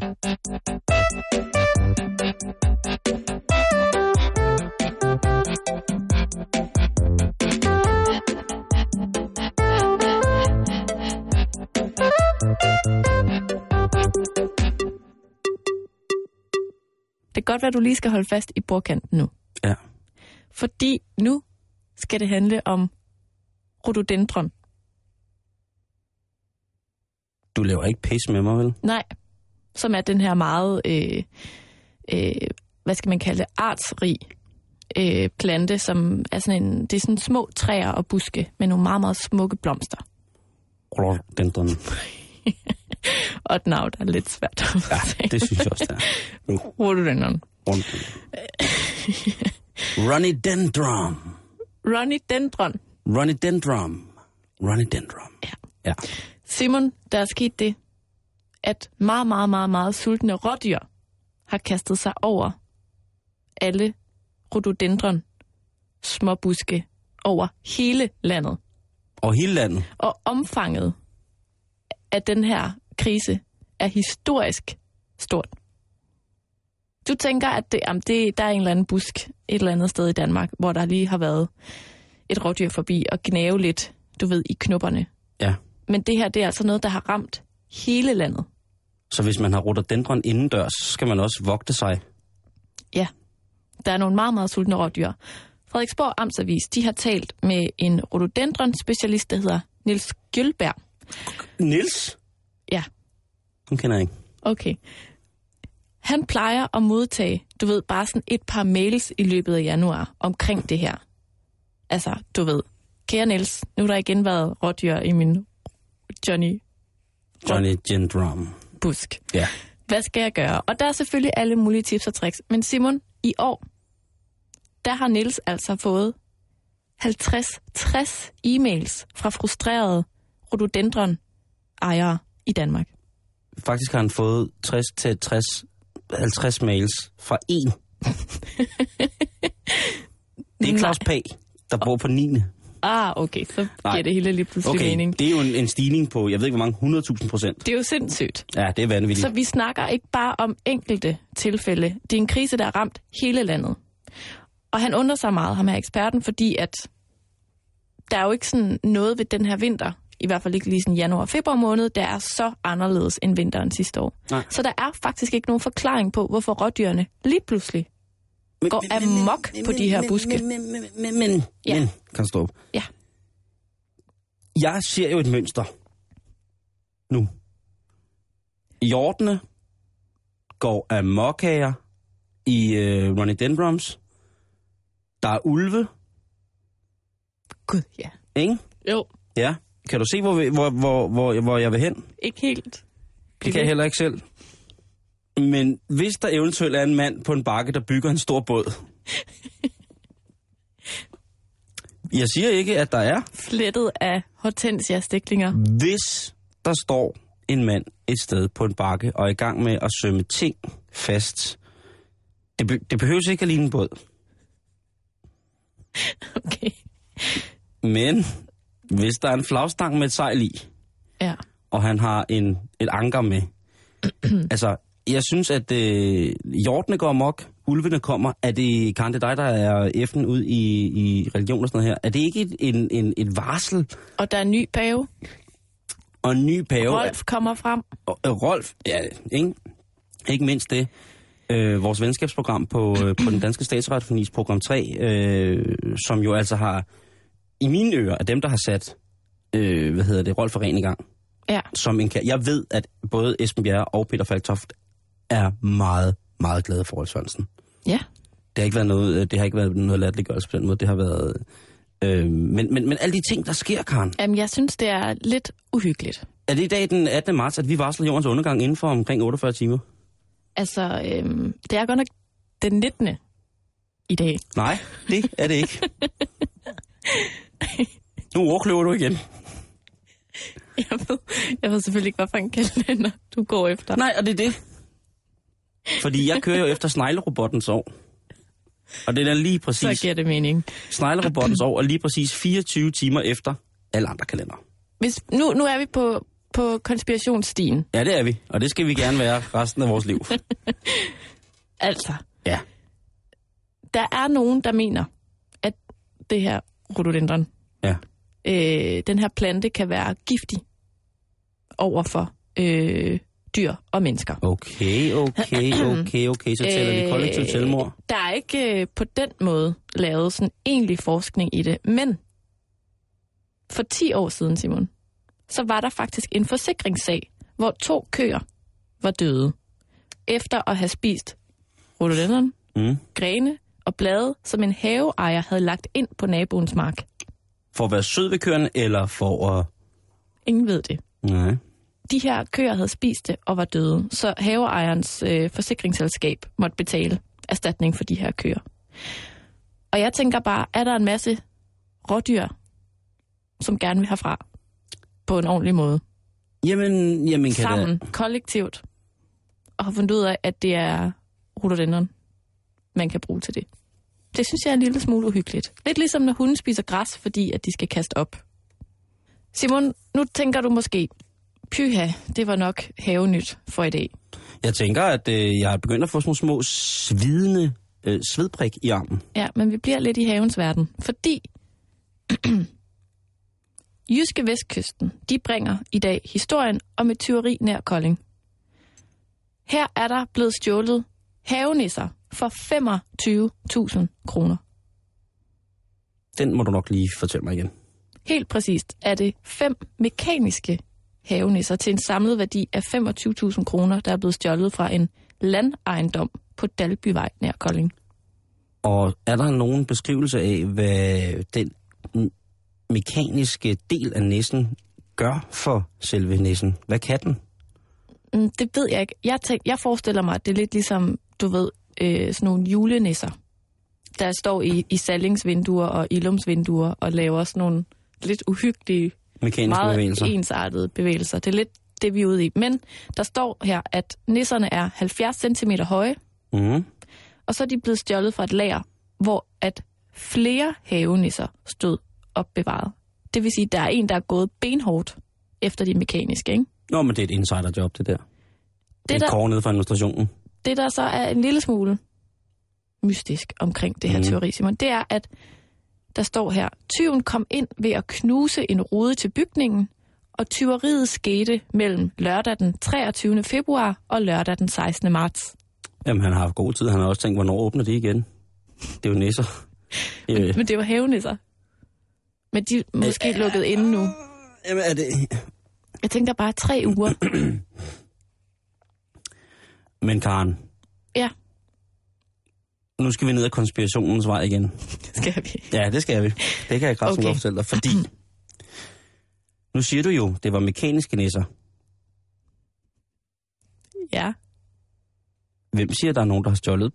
Det kan godt være, at du lige skal holde fast i bordkanten nu. Ja. Fordi nu skal det handle om rhododendron. Du laver ikke pis med mig, vel? Nej, som er den her meget, øh, øh, hvad skal man kalde det, artsrig øh, plante, som er sådan en, det er sådan små træer og buske med nogle meget, meget smukke blomster. Rhododendron. Og et navn, der er lidt svært at ja, det synes jeg også, det er. Rhododendron. Rhododendron. Rhododendron. Rhododendron. Rhododendron. Ja. Ja. Simon, der er sket det, at meget, meget, meget, meget sultne rådyr har kastet sig over alle rhododendron småbuske over hele landet. Og hele landet? Og omfanget af den her krise er historisk stort. Du tænker, at det, jamen det, der er en eller anden busk et eller andet sted i Danmark, hvor der lige har været et rådyr forbi og gnave lidt, du ved, i knopperne. Ja. Men det her, det er altså noget, der har ramt hele landet. Så hvis man har rhododendron indendørs, så skal man også vogte sig? Ja. Der er nogle meget, meget sultne rådyr. Frederiksborg Amtsavis, de har talt med en rhododendron-specialist, der hedder Niels Gjølberg. Niels? Ja. Hun kender jeg ikke. Okay. Han plejer at modtage, du ved, bare sådan et par mails i løbet af januar omkring det her. Altså, du ved, kære Niels, nu har der igen været rådyr i min Johnny... Johnny Gendrum. Busk. Ja. Hvad skal jeg gøre? Og der er selvfølgelig alle mulige tips og tricks. Men Simon, i år, der har Niels altså fået halvtreds til tres e-mails fra frustrerede rhododendron-ejere i Danmark. Faktisk har han fået tres til tres, halvtreds mails fra én. Det er Claus Pag, der bor på niende. Ah, okay, så giver Nej. det hele lige pludselig okay, mening. Det er jo en, en stigning på, jeg ved ikke hvor mange, hundrede tusind procent. Det er jo sindssygt. Ja, det er vanvittigt. Så vi snakker ikke bare om enkelte tilfælde. Det er en krise, der har ramt hele landet. Og han undrer sig meget, ham her eksperten, fordi at der er jo ikke sådan noget ved den her vinter, i hvert fald ikke lige sådan januar og februar måned, der er så anderledes end vinteren sidste år. Nej. Så der er faktisk ikke nogen forklaring på, hvorfor rådyrene lige pludselig men, går men, amok men, på de her buske. Men, men, men, men, men, ja. men kan du stoppe? Ja. Jeg ser jo et mønster nu. Hjortene går amok her i øh, rhododendrons. Der er ulve. Gud, ja. Ikke? Jo. Ja. Kan du se, hvor, vi, hvor, hvor, hvor, hvor jeg vil hen? Ikke helt. Det kan jeg heller ikke selv. Men hvis der eventuelt er en mand på en bakke, der bygger en stor båd. Jeg siger ikke, at der er. Slettet af hortensia-stiklinger. Hvis der står en mand et sted på en bakke og er i gang med at sømme ting fast. Det, be- det behøves ikke at ligne en båd. Okay. Men hvis der er en flagstang med et sejl i, ja. og han har en, et anker med. Altså, jeg synes, at øh, hjortene går amok, ulvene kommer. Er det, Karen, det er dig, der er F'en ud i, i religion og sådan noget her? Er det ikke et, en, en, et varsel? Og der er en ny pave. Og en ny pave. Rolf kommer frem. Og, øh, Rolf, ja, ikke, ikke mindst det. Øh, vores venskabsprogram på, øh, på den danske statsradiofonis program tre, øh, som jo altså har, i mine ører, af dem, der har sat, øh, hvad hedder det, Rolf Ren i gang. Ja. Som en, jeg ved, at både Esben Bjerre og Peter Falktoft er meget, meget glade for Rolf Sørensen. Ja. Det har ikke været noget, det har ikke været noget latterliggørelse på den måde. Det har været, øh, men, men, men alle de ting, der sker, Karen. Jamen, jeg synes, det er lidt uhyggeligt. Er det i dag den attende marts, at vi varsler jordens undergang inden for omkring otteogfyrre timer? Altså, øhm, det er godt nok den nittende i dag. Nej, det er det ikke. Nu overkløver du igen. Jeg ved, jeg ved selvfølgelig ikke, hvorfor en kalender du går efter. Nej, og det er det. Fordi jeg kører jo efter sneglerobottens år. Og det er lige præcis... Så giver det mening. Sneglerobottens år er lige præcis fireogtyve timer efter alle andre kalender. Hvis, nu, nu er vi på, på konspirationsstien. Ja, det er vi. Og det skal vi gerne være resten af vores liv. Altså. Ja. Der er nogen, der mener, at det her rhododendron, ja. øh, den her plante kan være giftig overfor øh, dyr og mennesker. Okay, okay, okay, okay. Så tæller vi kollektivt selvmord. Der er ikke øh, på den måde lavet sådan egentlig forskning i det, men for ti år siden, Simon, så var der faktisk en forsikringssag, hvor to køer var døde, efter at have spist rhododendron, mm. grene og blade, som en haveejer havde lagt ind på naboens mark. For at være sød ved køerne, eller for at... Ingen ved det. Nej. De her køer havde spist det og var døde, så haveejerens øh, forsikringsselskab måtte betale erstatning for de her køer. Og jeg tænker bare, er der en masse rådyr, som gerne vil herfra på en ordentlig måde? Jamen, jamen kan sammen, det... kollektivt, og har fundet ud af, at det er rhododendron, man kan bruge til det. Det synes jeg er en lille smule uhyggeligt. Lidt ligesom når hunden spiser græs, fordi at de skal kaste op. Simon, nu tænker du måske, pyha, det var nok havenyt for i dag. Jeg tænker, at øh, jeg er begyndt at få små, små svidende øh, svedprik i armen. Ja, men vi bliver lidt i havens verden, fordi Jyske Vestkysten, de bringer i dag historien om et tyveri nær Kolding. Her er der blevet stjålet havenisser for femogtyve tusind kroner. Den må du nok lige fortælle mig igen. Helt præcist er det fem mekaniske havenisser til en samlet værdi af femogtyve tusind kroner, der er blevet stjålet fra en landejendom på Dalbyvej nær Kolding. Og er der nogen beskrivelse af, hvad den mekaniske del af nissen gør for selve nissen? Hvad kan den? Det ved jeg ikke. Jeg, tænk, jeg forestiller mig, at det er lidt ligesom, du ved, øh, sådan nogle julenisser, der står i, i sallingsvinduer og ilumsvinduer og laver sådan nogle lidt uhyggelige, mekaniske meget bevægelser. ensartede bevægelser. Det er lidt det, vi er ude i. Men der står her, at nisserne er halvfjerds centimeter høje, mm. og så er de blevet stjålet fra et lager, hvor at flere havenisser stod opbevaret. Det vil sige, at der er en, der er gået benhårdt efter de mekaniske, ikke? Nå, men det er et insiderjob, det der. Det er der, et kår nede for administrationen. Det, der så er en lille smule mystisk omkring det her mm. teori, Simon, det er, at der står her, tyven kom ind ved at knuse en rude til bygningen, og tyveriet skete mellem lørdag den treogtyvende februar og lørdag den sekstende marts. Jamen, han har haft god tid. Han har også tænkt, hvornår åbner de igen? Det er jo nisser. men, øh. men det var havenisser. Men de er måske øh, lukket inde nu. Jamen, er det... Jeg tænker bare tre uger. Men Karen... Ja? Nu skal vi ned ad konspirationens vej igen. Skal vi? Ja, det skal vi. Det kan jeg kraftigt okay. fortælle dig, fordi... Nu siger du jo, det var mekaniske nisser. Ja. Hvem siger, der er nogen, der har stjålet?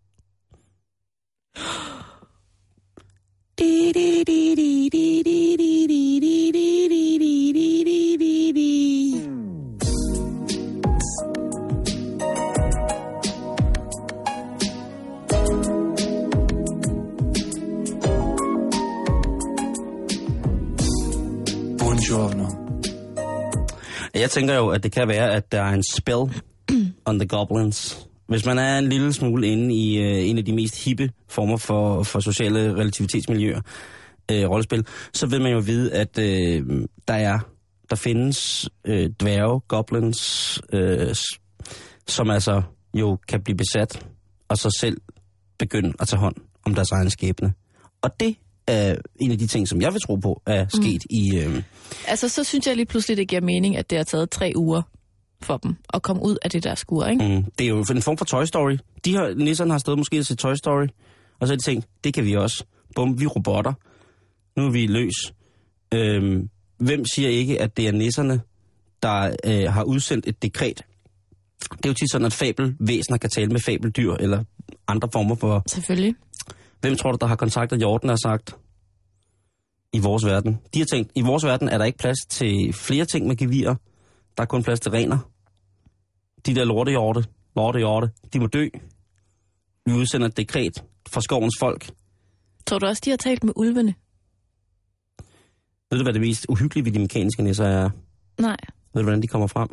Jeg tænker jo, at det kan være, at der er en spell on the goblins. Hvis man er en lille smule inde i øh, en af de mest hippe former for, for sociale relativitetsmiljøer, øh, rollespil, så vil man jo vide, at øh, der er der findes øh, dværge, goblins, øh, som altså jo kan blive besat, og så selv begynde at tage hånd om deres egen skæbne. Og det er en af de ting, som jeg vil tro på, er sket mm. i... Øh... Altså, så synes jeg lige pludselig, det giver mening, at det har taget tre uger for dem at komme ud af det der skur, ikke? Mm. Det er jo en form for Toy Story. De her nisserne har stået måske til Toy Story, og så har de tænkt, det kan vi også. Bum, vi er robotter. Nu er vi løs. Øhm, hvem siger ikke, at det er nisserne, der øh, har udsendt et dekret? Det er jo tit sådan, at fabelvæsener kan tale med fabeldyr, eller andre former for... Selvfølgelig. Hvem tror du, der har kontaktet Jorden og sagt, i vores verden. De har tænkt, i vores verden er der ikke plads til flere ting med gevirer. Der er kun plads til rener. De der lortehjorte, lortehjorte, de må dø. Vi udsender et dekret fra skovens folk. Tror du også, de har talt med ulvene? Ved du, hvad det mest uhyggelige ved de mekaniske nisser er? Nej. Ved du, hvordan de kommer frem?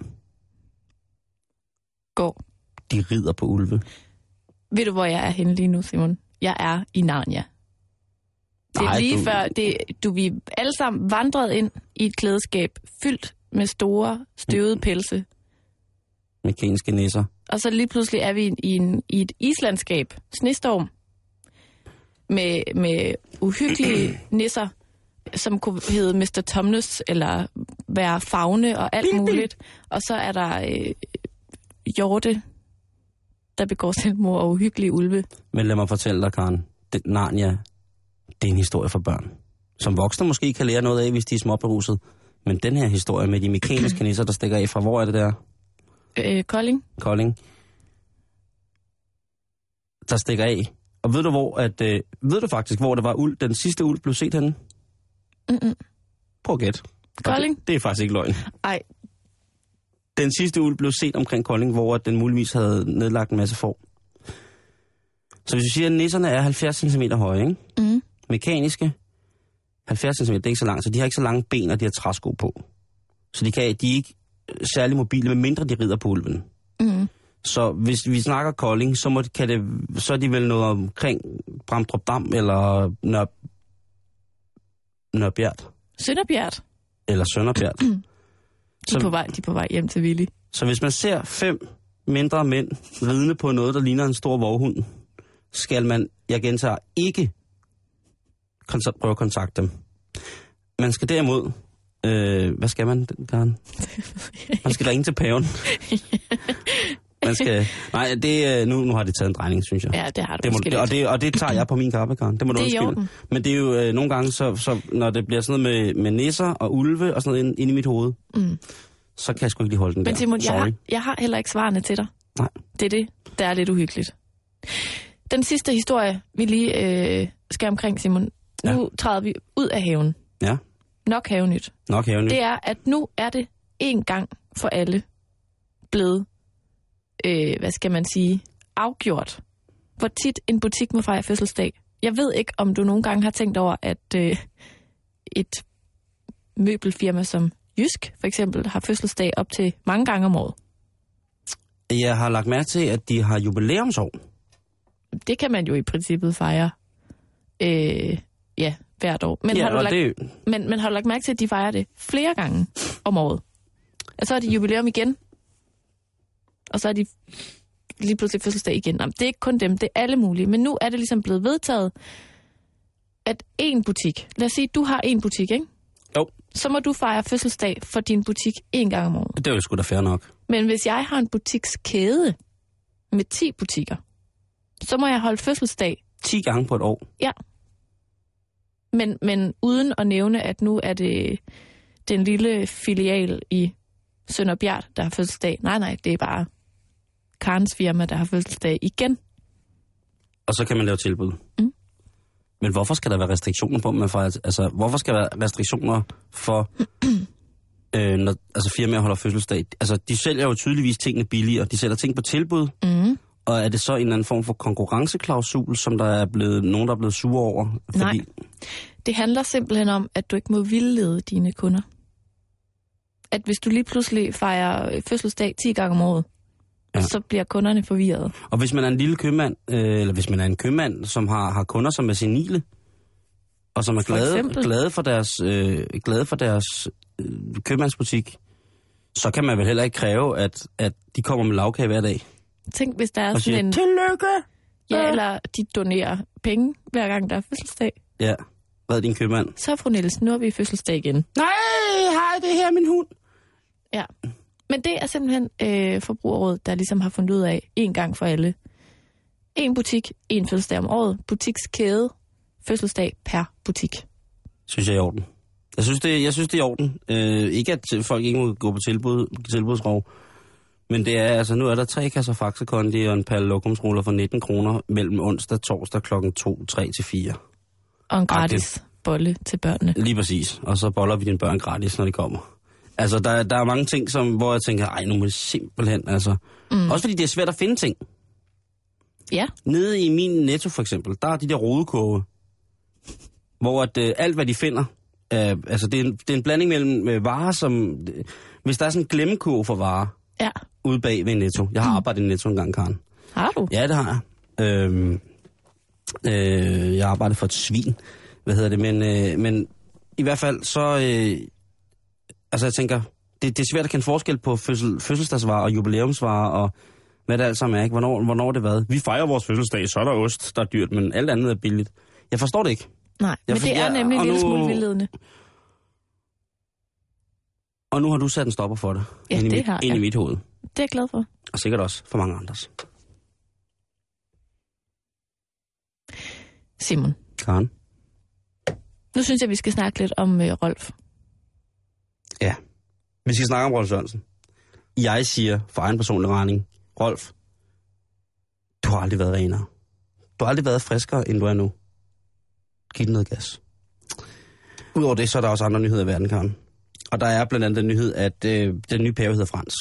Gå. De rider på ulve. Ved du, hvor jeg er henne lige nu, Simon? Jeg er i Narnia. Det er Nej, lige du... før, det, du, vi alle sammen vandret ind i et klædeskab fyldt med store, støvede pelse. Mekaniske nisser. Og så lige pludselig er vi i, en, i et islandskab, snestorm, med, med uhyggelige nisser, som kunne hedde mister Tumnus, eller være faune og alt muligt. Og så er der øh, hjorte, der begår selvmord, og uhyggelige ulve. Men lad mig fortælle dig, Karen. Det, Narnia, det er en historie for børn. Som voksne måske kan lære noget af, hvis de er småberuset. Men den her historie med de mekaniske nisser, der stikker af fra, hvor er det der? Øh, Kolding. Kolding. Der stikker af. Og ved du hvor, at, øh, ved du faktisk, hvor det var uld, den sidste uld blev set henne? Mm-mm. Prøv at gætte. Kolding? Det, det er faktisk ikke løgn. Ej. Den sidste uld blev set omkring Kolding, hvor den muligvis havde nedlagt en masse får. Så hvis vi siger, at nisserne er halvfjerds centimeter høje, ikke? Mm. Mekaniske, halvfjerds centimeter, det er ikke så langt, så de har ikke så lange ben, og de har træsko på. Så de, kan, de er ikke særlig mobile, medmindre de rider på ulven. Mm. Så hvis vi snakker Kolding, så, må, kan det, så er de vel noget omkring Bramdrup Dam, eller Nør, Nørbjerg. Sønderbjerg. Eller Sønderbjerg. De, så, er på vej, de er på vej hjem til Willy. Så hvis man ser fem mindre mænd ridende på noget, der ligner en stor vovhund, skal man, jeg gentager, ikke kont- prøve at kontakte dem. Man skal derimod, øh, hvad skal man, Karen? Man skal ringe til paven. Man skal, nej, det, nu, nu har det taget en drejning, synes jeg. Ja, det har du det må, måske og, det, og det tager jeg på min kappe, Karen. Det må du det er undskylde. Men det er jo øh, nogle gange, så, så, når det bliver sådan noget med, med nisser og ulve og sådan noget inde, inde i mit hoved, mm. så kan jeg sgu ikke lige holde den Men der. Simon, jeg Sorry. har, jeg har heller ikke svarene til dig. Nej. Det er det, der er lidt uhyggeligt. Den sidste historie, vi lige øh, skal omkring, Simon. Nu ja. træder vi ud af haven. Ja. Nok havenyt. Nok havenyt. Det er, at nu er det en gang for alle blevet, øh, hvad skal man sige, afgjort, hvor tit en butik må fejre fødselsdag. Jeg ved ikke, om du nogle gange har tænkt over, at øh, et møbelfirma som Jysk, for eksempel, har fødselsdag op til mange gange om året. Jeg har lagt mærke til, at de har jubilæumsår. Det kan man jo i princippet fejre, øh, ja, hvert år. Men, ja, har du lagt, det... men, men har du lagt mærke til, at de fejrer det flere gange om året? Og så er de jubilæum igen, og så er de lige pludselig fødselsdag igen. Jamen, det er ikke kun dem, det er alle mulige. Men nu er det ligesom blevet vedtaget, at en butik, lad os sige, du har en butik, ikke? Jo. Så må du fejre fødselsdag for din butik en gang om året. Det er jo sgu da fair nok. Men hvis jeg har en butikskæde med ti butikker, så må jeg holde fødselsdag. ti gange på et år? Ja. Men, men uden at nævne, at nu er det den lille filial i Sønderbjerg, der har fødselsdag. Nej, nej, det er bare Karens firma, der har fødselsdag igen. Og så kan man lave tilbud. Mm. Men hvorfor skal der være restriktioner på, man fejrer, altså hvorfor skal der være restriktioner for, øh, når altså, firmaer holder fødselsdag? Altså, de sælger jo tydeligvis tingene billigere, de sælger ting på tilbud. Mm. Og er det så en eller anden form for konkurrenceklausul, som der er blevet nogen, der er blevet sure over? Fordi... Nej, det handler simpelthen om, at du ikke må vildlede dine kunder. At hvis du lige pludselig fejrer fødselsdag ti gange om året, ja. så bliver kunderne forvirrede. Og hvis man er en lille købmand, øh, eller hvis man er en købmand, som har, har kunder, som er senile, og som er for glade, glade for deres, øh, glade for deres øh, købmandsbutik, så kan man vel heller ikke kræve, at, at de kommer med lavkage hver dag. Tænk, hvis der er og siger, sådan en... tillykke! Ja, ja, eller de donerer penge, hver gang der er fødselsdag. Ja, hvad er din købmand? Så er fru Nielsen, nu er vi i fødselsdag igen. Nej, hej, det her er min hund. Ja, men det er simpelthen øh, Forbrugerrådet, der ligesom har fundet ud af, en gang for alle. En butik, en fødselsdag om året. Butikskæde, fødselsdag per butik. Synes jeg er i orden. Jeg synes, det, jeg synes, det er i orden. Øh, ikke, at folk ikke må gå på tilbud, tilbudsrov. Men det er, altså, nu er der tre kasser Faxe Kondi og en palle lokumsruller for nitten kroner mellem onsdag og torsdag klokken to, tre til fire. Og en gratis bolle til børnene. Lige præcis. Og så boller vi dine børn gratis, når de kommer. Altså, der, der er mange ting, som, hvor jeg tænker, ej, nu må det simpelthen, altså. Mm. Også fordi det er svært at finde ting. Ja. Nede i min Netto, for eksempel, der er de der rodekurve, hvor at, øh, alt, hvad de finder, øh, altså, det er, en, det er en blanding mellem øh, varer, som... Øh, hvis der er sådan en glemmekurve for varer, ja. Ude bag ved Netto. Jeg har mm. arbejdet i Netto en gang, Karen. Har du? Ja, det har jeg. Øhm, øh, jeg arbejdede for et svin, hvad hedder det, men, øh, men i hvert fald så... Øh, altså, jeg tænker, det, det er svært at kende forskel på fødsel, fødselsdagsvarer og jubilæumsvarer og hvad det alt sammen er, ikke? Hvornår, hvornår det hvad? Vi fejrer vores fødselsdag, så er der ost, der er dyrt, men alt andet er billigt. Jeg forstår det ikke. Nej, jeg, men det er jeg, nemlig en lille nu, smule vildledende. Og nu har du sat en stopper for det. Ja, ind det i mit, har ind jeg. i mit hoved. Det er jeg glad for. Og sikkert også for mange andres. Simon. Karen. Nu synes jeg, vi skal snakke lidt om øh, Rolf. Ja, vi skal snakke om Rolf Sørensen. Jeg siger for egen personlig regning, Rolf, du har aldrig været renere. Du har aldrig været friskere, end du er nu. Giv den noget gas. Udover det, så er der også andre nyheder i verden, Karen. Og der er blandt andet den nyhed, at øh, den nye pave hedder Frans.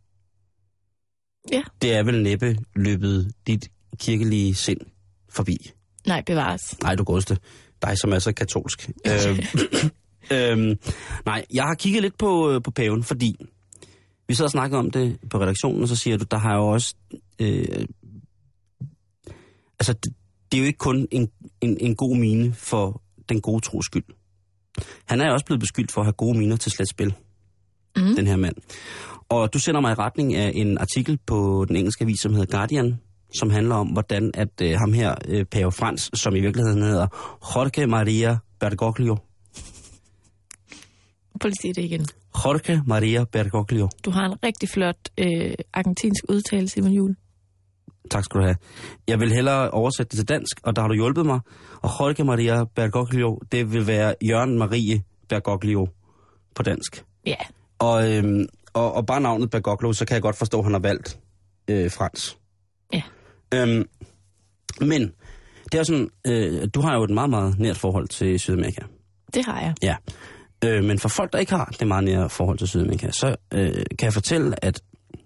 Ja. Det er vel næppe løbet dit kirkelige sind forbi. Nej, bevares. Nej, du godeste. Dig, som er så katolsk. øhm, øhm, nej, jeg har kigget lidt på, på paven, fordi vi så og snakkede om det på redaktionen, og så siger du, der har jo også... Øh, altså, det, det er jo ikke kun en, en, en god mine for den gode tros skyld. Han er jo også blevet beskyldt for at have gode miner til slet spil, mm. den her mand. Og du sender mig i retning af en artikel på den engelske avis, som hedder Guardian, som handler om, hvordan at øh, ham her, øh, pave Frans, som i virkeligheden hedder Jorge Maria Bergoglio. Prøv lige at sige det igen. Jorge Maria Bergoglio. Du har en rigtig flot øh, argentinsk udtale, Simon Juhl. Tak skal du have. Jeg vil hellere oversætte det til dansk, og der har du hjulpet mig. Og Jorge Maria Bergoglio, det vil være Jørgen Marie Bergoglio på dansk. Ja. Yeah. Og, øhm, og, og bare navnet Bergoglio, så kan jeg godt forstå, at han har valgt øh, Frans. Ja. Øhm, men det er sådan, øh, du har jo et meget, meget nært forhold til Sydamerika. Det har jeg. Ja. Øh, men for folk, der ikke har det meget nære forhold til Sydamerika, så øh, kan jeg fortælle, at,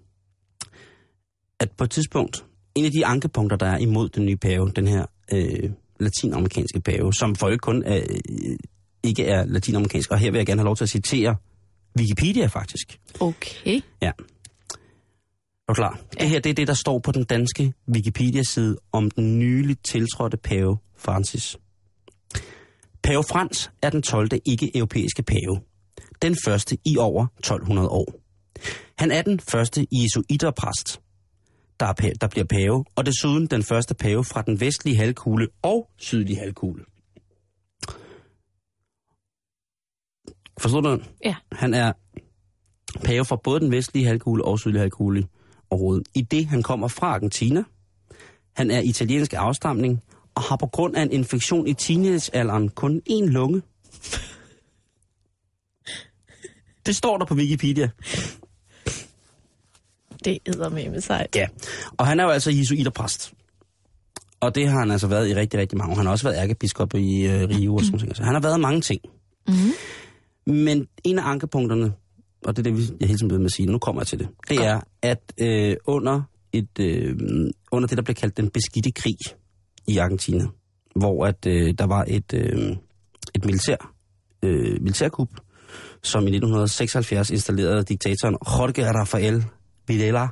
at på et tidspunkt, en af de ankepunkter, der er imod den nye pave, den her øh, latinamerikanske pave, som for ikke kun er, øh, ikke er latinamerikansk, og her vil jeg gerne have lov til at citere Wikipedia faktisk. Okay. Ja. Er du klar? Ja. Det her det er det, der står på den danske Wikipedia-side om den nyligt tiltrådte pave Francis. Pave Frans er den tolvte ikke-europæiske pave. Den første i over tolv hundrede år. Han er den første jesuiterpræst, der, er, der bliver pave, og desuden den første pave fra den vestlige halvkugle og sydlige halvkugle. Forstår du den? Ja. Han er pave fra både den vestlige halvkugle og sydlige halvkugle overhovedet. I det, han kommer fra Argentina. Han er italiensk afstamning og har på grund af en infektion i teenagealderen kun én lunge. Det står der på Wikipedia. Det eddermame sejt. Ja, og han er jo altså jesuiterpræst. Og det har han altså været i rigtig, rigtig mange. Han har også været ærkebiskop i øh, Rio og sådan noget. Så han har været mange ting. Mm-hmm. Men en af ankepunkterne, og det er det, jeg hele tiden ved med at sige, nu kommer jeg til det, det er, at øh, under, et, øh, under det, der blev kaldt den beskidte krig i Argentina, hvor at, øh, der var et, øh, et militær, øh, militærkup, som i nitten seksoghalvfjerds installerede diktatoren Jorge Rafael Videla.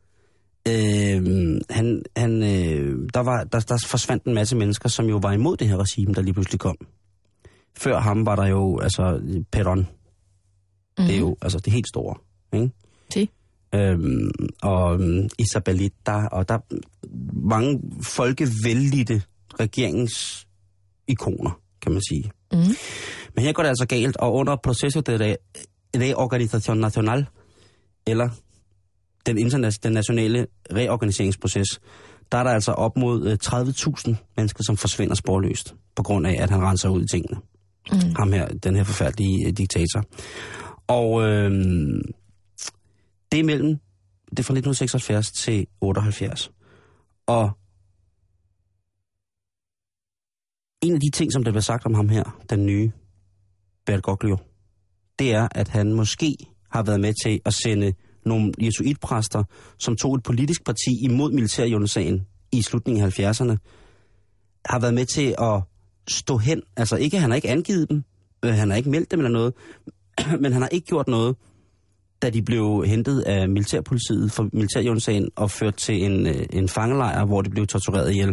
Øh, han, han, øh, der, var, der, der forsvandt en masse mennesker, som jo var imod det her regime, der lige pludselig kom. Før ham var der jo, altså, Perón. Mm-hmm. Det er jo, altså, det helt store, ikke? Si. Øhm, og um, Isabelita, og der er mange folkevældige regeringsikoner, kan man sige. Mm-hmm. Men her går det altså galt, og under Proceso de Reorganización Nacional, eller den, interna- den nationale reorganiseringsproces, der er der altså op mod tredive tusind mennesker, som forsvinder sporløst, på grund af, at han renser ud i tingene. Mm. Ham her, den her forfærdelige uh, diktator. Og øh, det er mellem, det er fra nitten seksoghalvfjerds til otteoghalvfjerds. Og en af de ting, som der bliver sagt om ham her, den nye Bergoglio, det er, at han måske har været med til at sende nogle jesuitpræster, som tog et politisk parti imod militærjuntasagen i slutningen af halvfjerdserne, har været med til at stå hen. Altså ikke, han har ikke angivet dem, han har ikke meldt dem eller noget, men han har ikke gjort noget, da de blev hentet af militærpolitiet for militærjuntasagen og ført til en, en fangelejr, hvor de blev tortureret ihjel.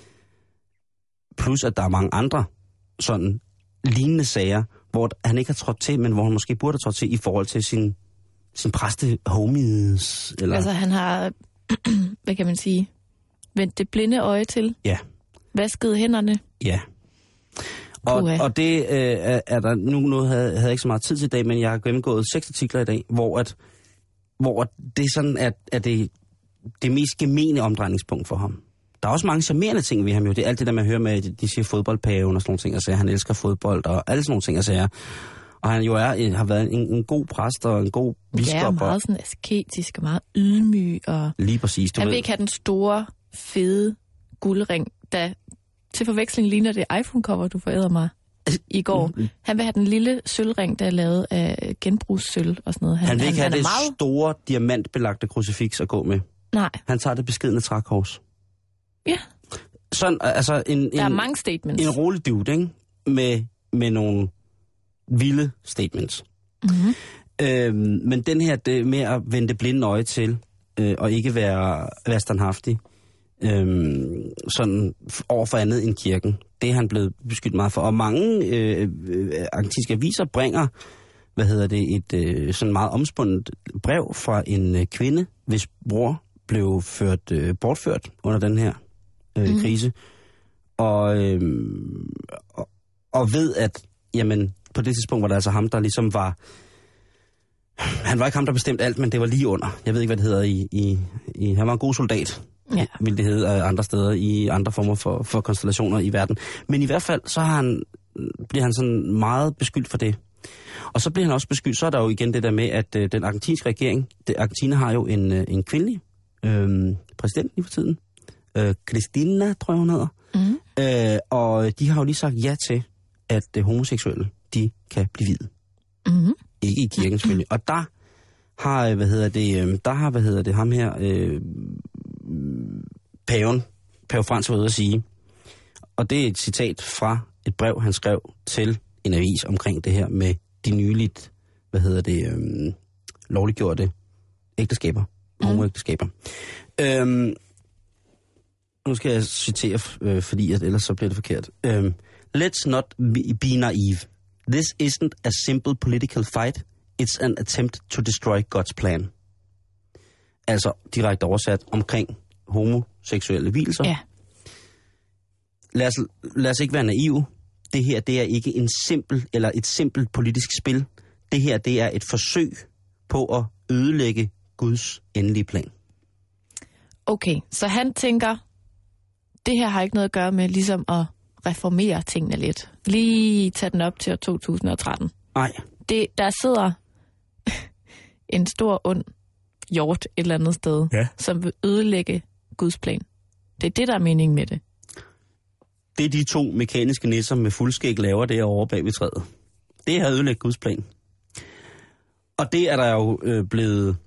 Plus at der er mange andre sådan lignende sager, hvor han ikke har trådt til, men hvor han måske burde have trådt til i forhold til sin, sin præste homies. Eller... Altså han har, hvad kan man sige, vendt det blinde øje til. Ja. Vasket hænderne. Ja. Og, og det øh, er, er der, nu, nu havde, havde jeg ikke så meget tid til i dag, men jeg har gennemgået seks artikler i dag, hvor, at, hvor det er sådan, at, at det, det mest gemene omdrejningspunkt for ham. Der er også mange charmerende ting ved ham jo. Det er alt det der med at høre med, de siger fodboldpaven og sådan nogle ting, og så han elsker fodbold og alle sådan nogle ting, og så og han jo er, har været en, en god præst og en god biskop. Ja, meget sådan asketisk og meget ydmyg. Og lige præcis. Du han ved. vil ikke have den store, fede guldring, der til forveksling ligner det iPhone-cover, du forærede mig i går. Han vil have den lille sølvring, der er lavet af genbrugssølv og sådan noget. Han, han vil ikke han, have han det meget... store, diamantbelagte krucifiks at gå med. Nej. Han tager det beskedne trækors. Ja. Sådan, altså en, en, der er mange statements. En rolig dude, ikke? Med, med nogle vilde statements. Mm-hmm. Øhm, men den her det med at vende det blinde øje til, øh, og ikke være, være standhaftig, øhm, sådan over for andet end kirken, det er han blevet beskyldt meget for. Og mange øh, øh, argentinske aviser bringer, hvad hedder det, et øh, sådan meget omspundet brev fra en øh, kvinde, hvis bror blev ført, øh, bortført under den her øh, mm. krise. Og, øh, og, og ved, at jamen, på det tidspunkt var det altså ham, der ligesom var... Han var ikke ham, der bestemte alt, men det var lige under. Jeg ved ikke, hvad det hedder i... i, i han var en god soldat, ja. Vil det hedde andre steder, i andre former for, for konstellationer i verden. Men i hvert fald, så har han, bliver han sådan meget beskyldt for det. Og så bliver han også beskyldt, så er der jo igen det der med, at øh, den argentinske regering, det, Argentina har jo en, øh, en kvindelig øh, præsident lige for tiden. Øh, Cristina, tror jeg, hun hedder. Mm. Øh, og de har jo lige sagt ja til, at øh, homoseksuelle, de kan blive viet. Mm. Ikke i kirken selvfølgelig. Og der har, hvad hedder det, øh, der har, hvad hedder det, ham her, øh, paven, pave Frans var ude at sige, og det er et citat fra et brev, han skrev til en avis omkring det her med de nyligt, hvad hedder det, øh, lovliggjorte ægteskaber, mm. homoægteskaber. Øhm, nu skal jeg citere, øh, fordi at ellers så bliver det forkert. Øhm, Let's not be, be naive. This isn't a simple political fight. It's an attempt to destroy God's plan. Altså direkte oversat omkring homoseksuelle vielser. Ja. Lad os, lad os ikke være naive. Det her, det er ikke en simpel eller et simpelt politisk spil. Det her, det er et forsøg på at ødelægge Guds endelige plan. Okay, så han tænker, det her har ikke noget at gøre med ligesom at reformere tingene lidt. Lige tage den op til år to tusind og tretten. Nej. Det, der sidder en stor ond hjort et eller andet sted, ja. Som vil ødelægge Guds plan. Det er det, der er meningen med det. Det er de to mekaniske nisser med fuldskæg laver det over bag ved træet. Det har ødelægget Guds plan. Og det er der jo øh, blevet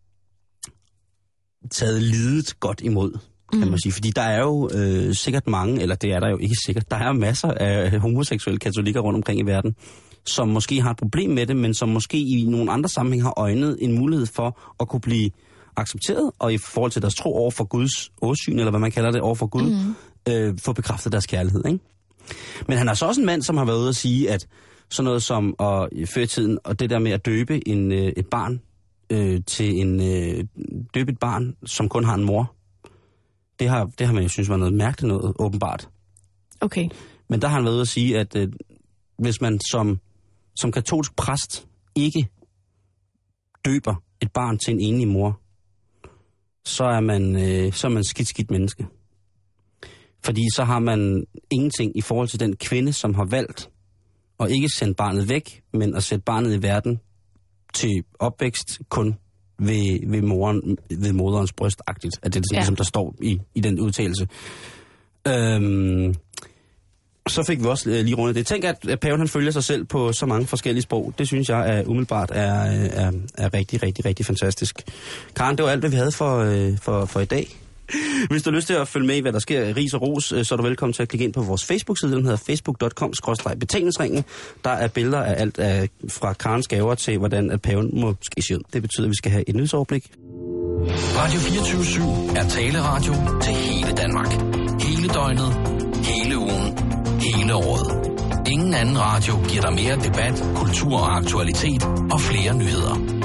taget lidet godt imod, kan mm. man sige. Fordi der er jo øh, sikkert mange, eller det er der jo ikke sikkert, der er masser af homoseksuelle katolikker rundt omkring i verden, som måske har et problem med det, men som måske i nogle andre sammenhæng har øjnet en mulighed for at kunne blive accepteret, og i forhold til deres tro over for Guds åsyn, eller hvad man kalder det, over for Gud, mm. øh, få bekræftet deres kærlighed, ikke? Men han er så også en mand, som har været ude at sige, at sådan noget som at, før i tiden, og det der med at døbe en, øh, et barn øh, til en øh, døbe et barn, som kun har en mor, det har, det har man jo synes var noget mærkeligt noget, åbenbart. Okay. Men der har han været ude at sige, at øh, hvis man som, som katolsk præst ikke døber et barn til en enlig mor, så er man, øh, så er man skidt, skidt menneske. Fordi så har man ingenting i forhold til den kvinde, som har valgt at ikke sende barnet væk, men at sætte barnet i verden til opvækst kun ved, ved, moren, ved moderens brystagtigt. At det er det, ja. Ligesom der står i, i den udtalelse. Øhm, Så fik vi også øh, lige rundet det. Tænk, at, at paven han følger sig selv på så mange forskellige sprog. Det synes jeg er umiddelbart er, er, er rigtig, rigtig, rigtig fantastisk. Karen, det var alt, hvad vi havde for, øh, for, for i dag. Hvis du har lyst til at følge med i, hvad der sker i Ris og Ros, så er du velkommen til at klikke ind på vores Facebook-side. Den hedder facebook punktum com skråstreg betalingsringen. Der er billeder af alt af, fra Karens gaver til, hvordan at paven må ske ud. Det betyder, at vi skal have et nyhedsoverblik. Radio fireogtyve syv er taleradio til hele Danmark. Hele døgnet, hele ugen, hele året. Ingen anden radio giver dig mere debat, kultur og aktualitet og flere nyheder.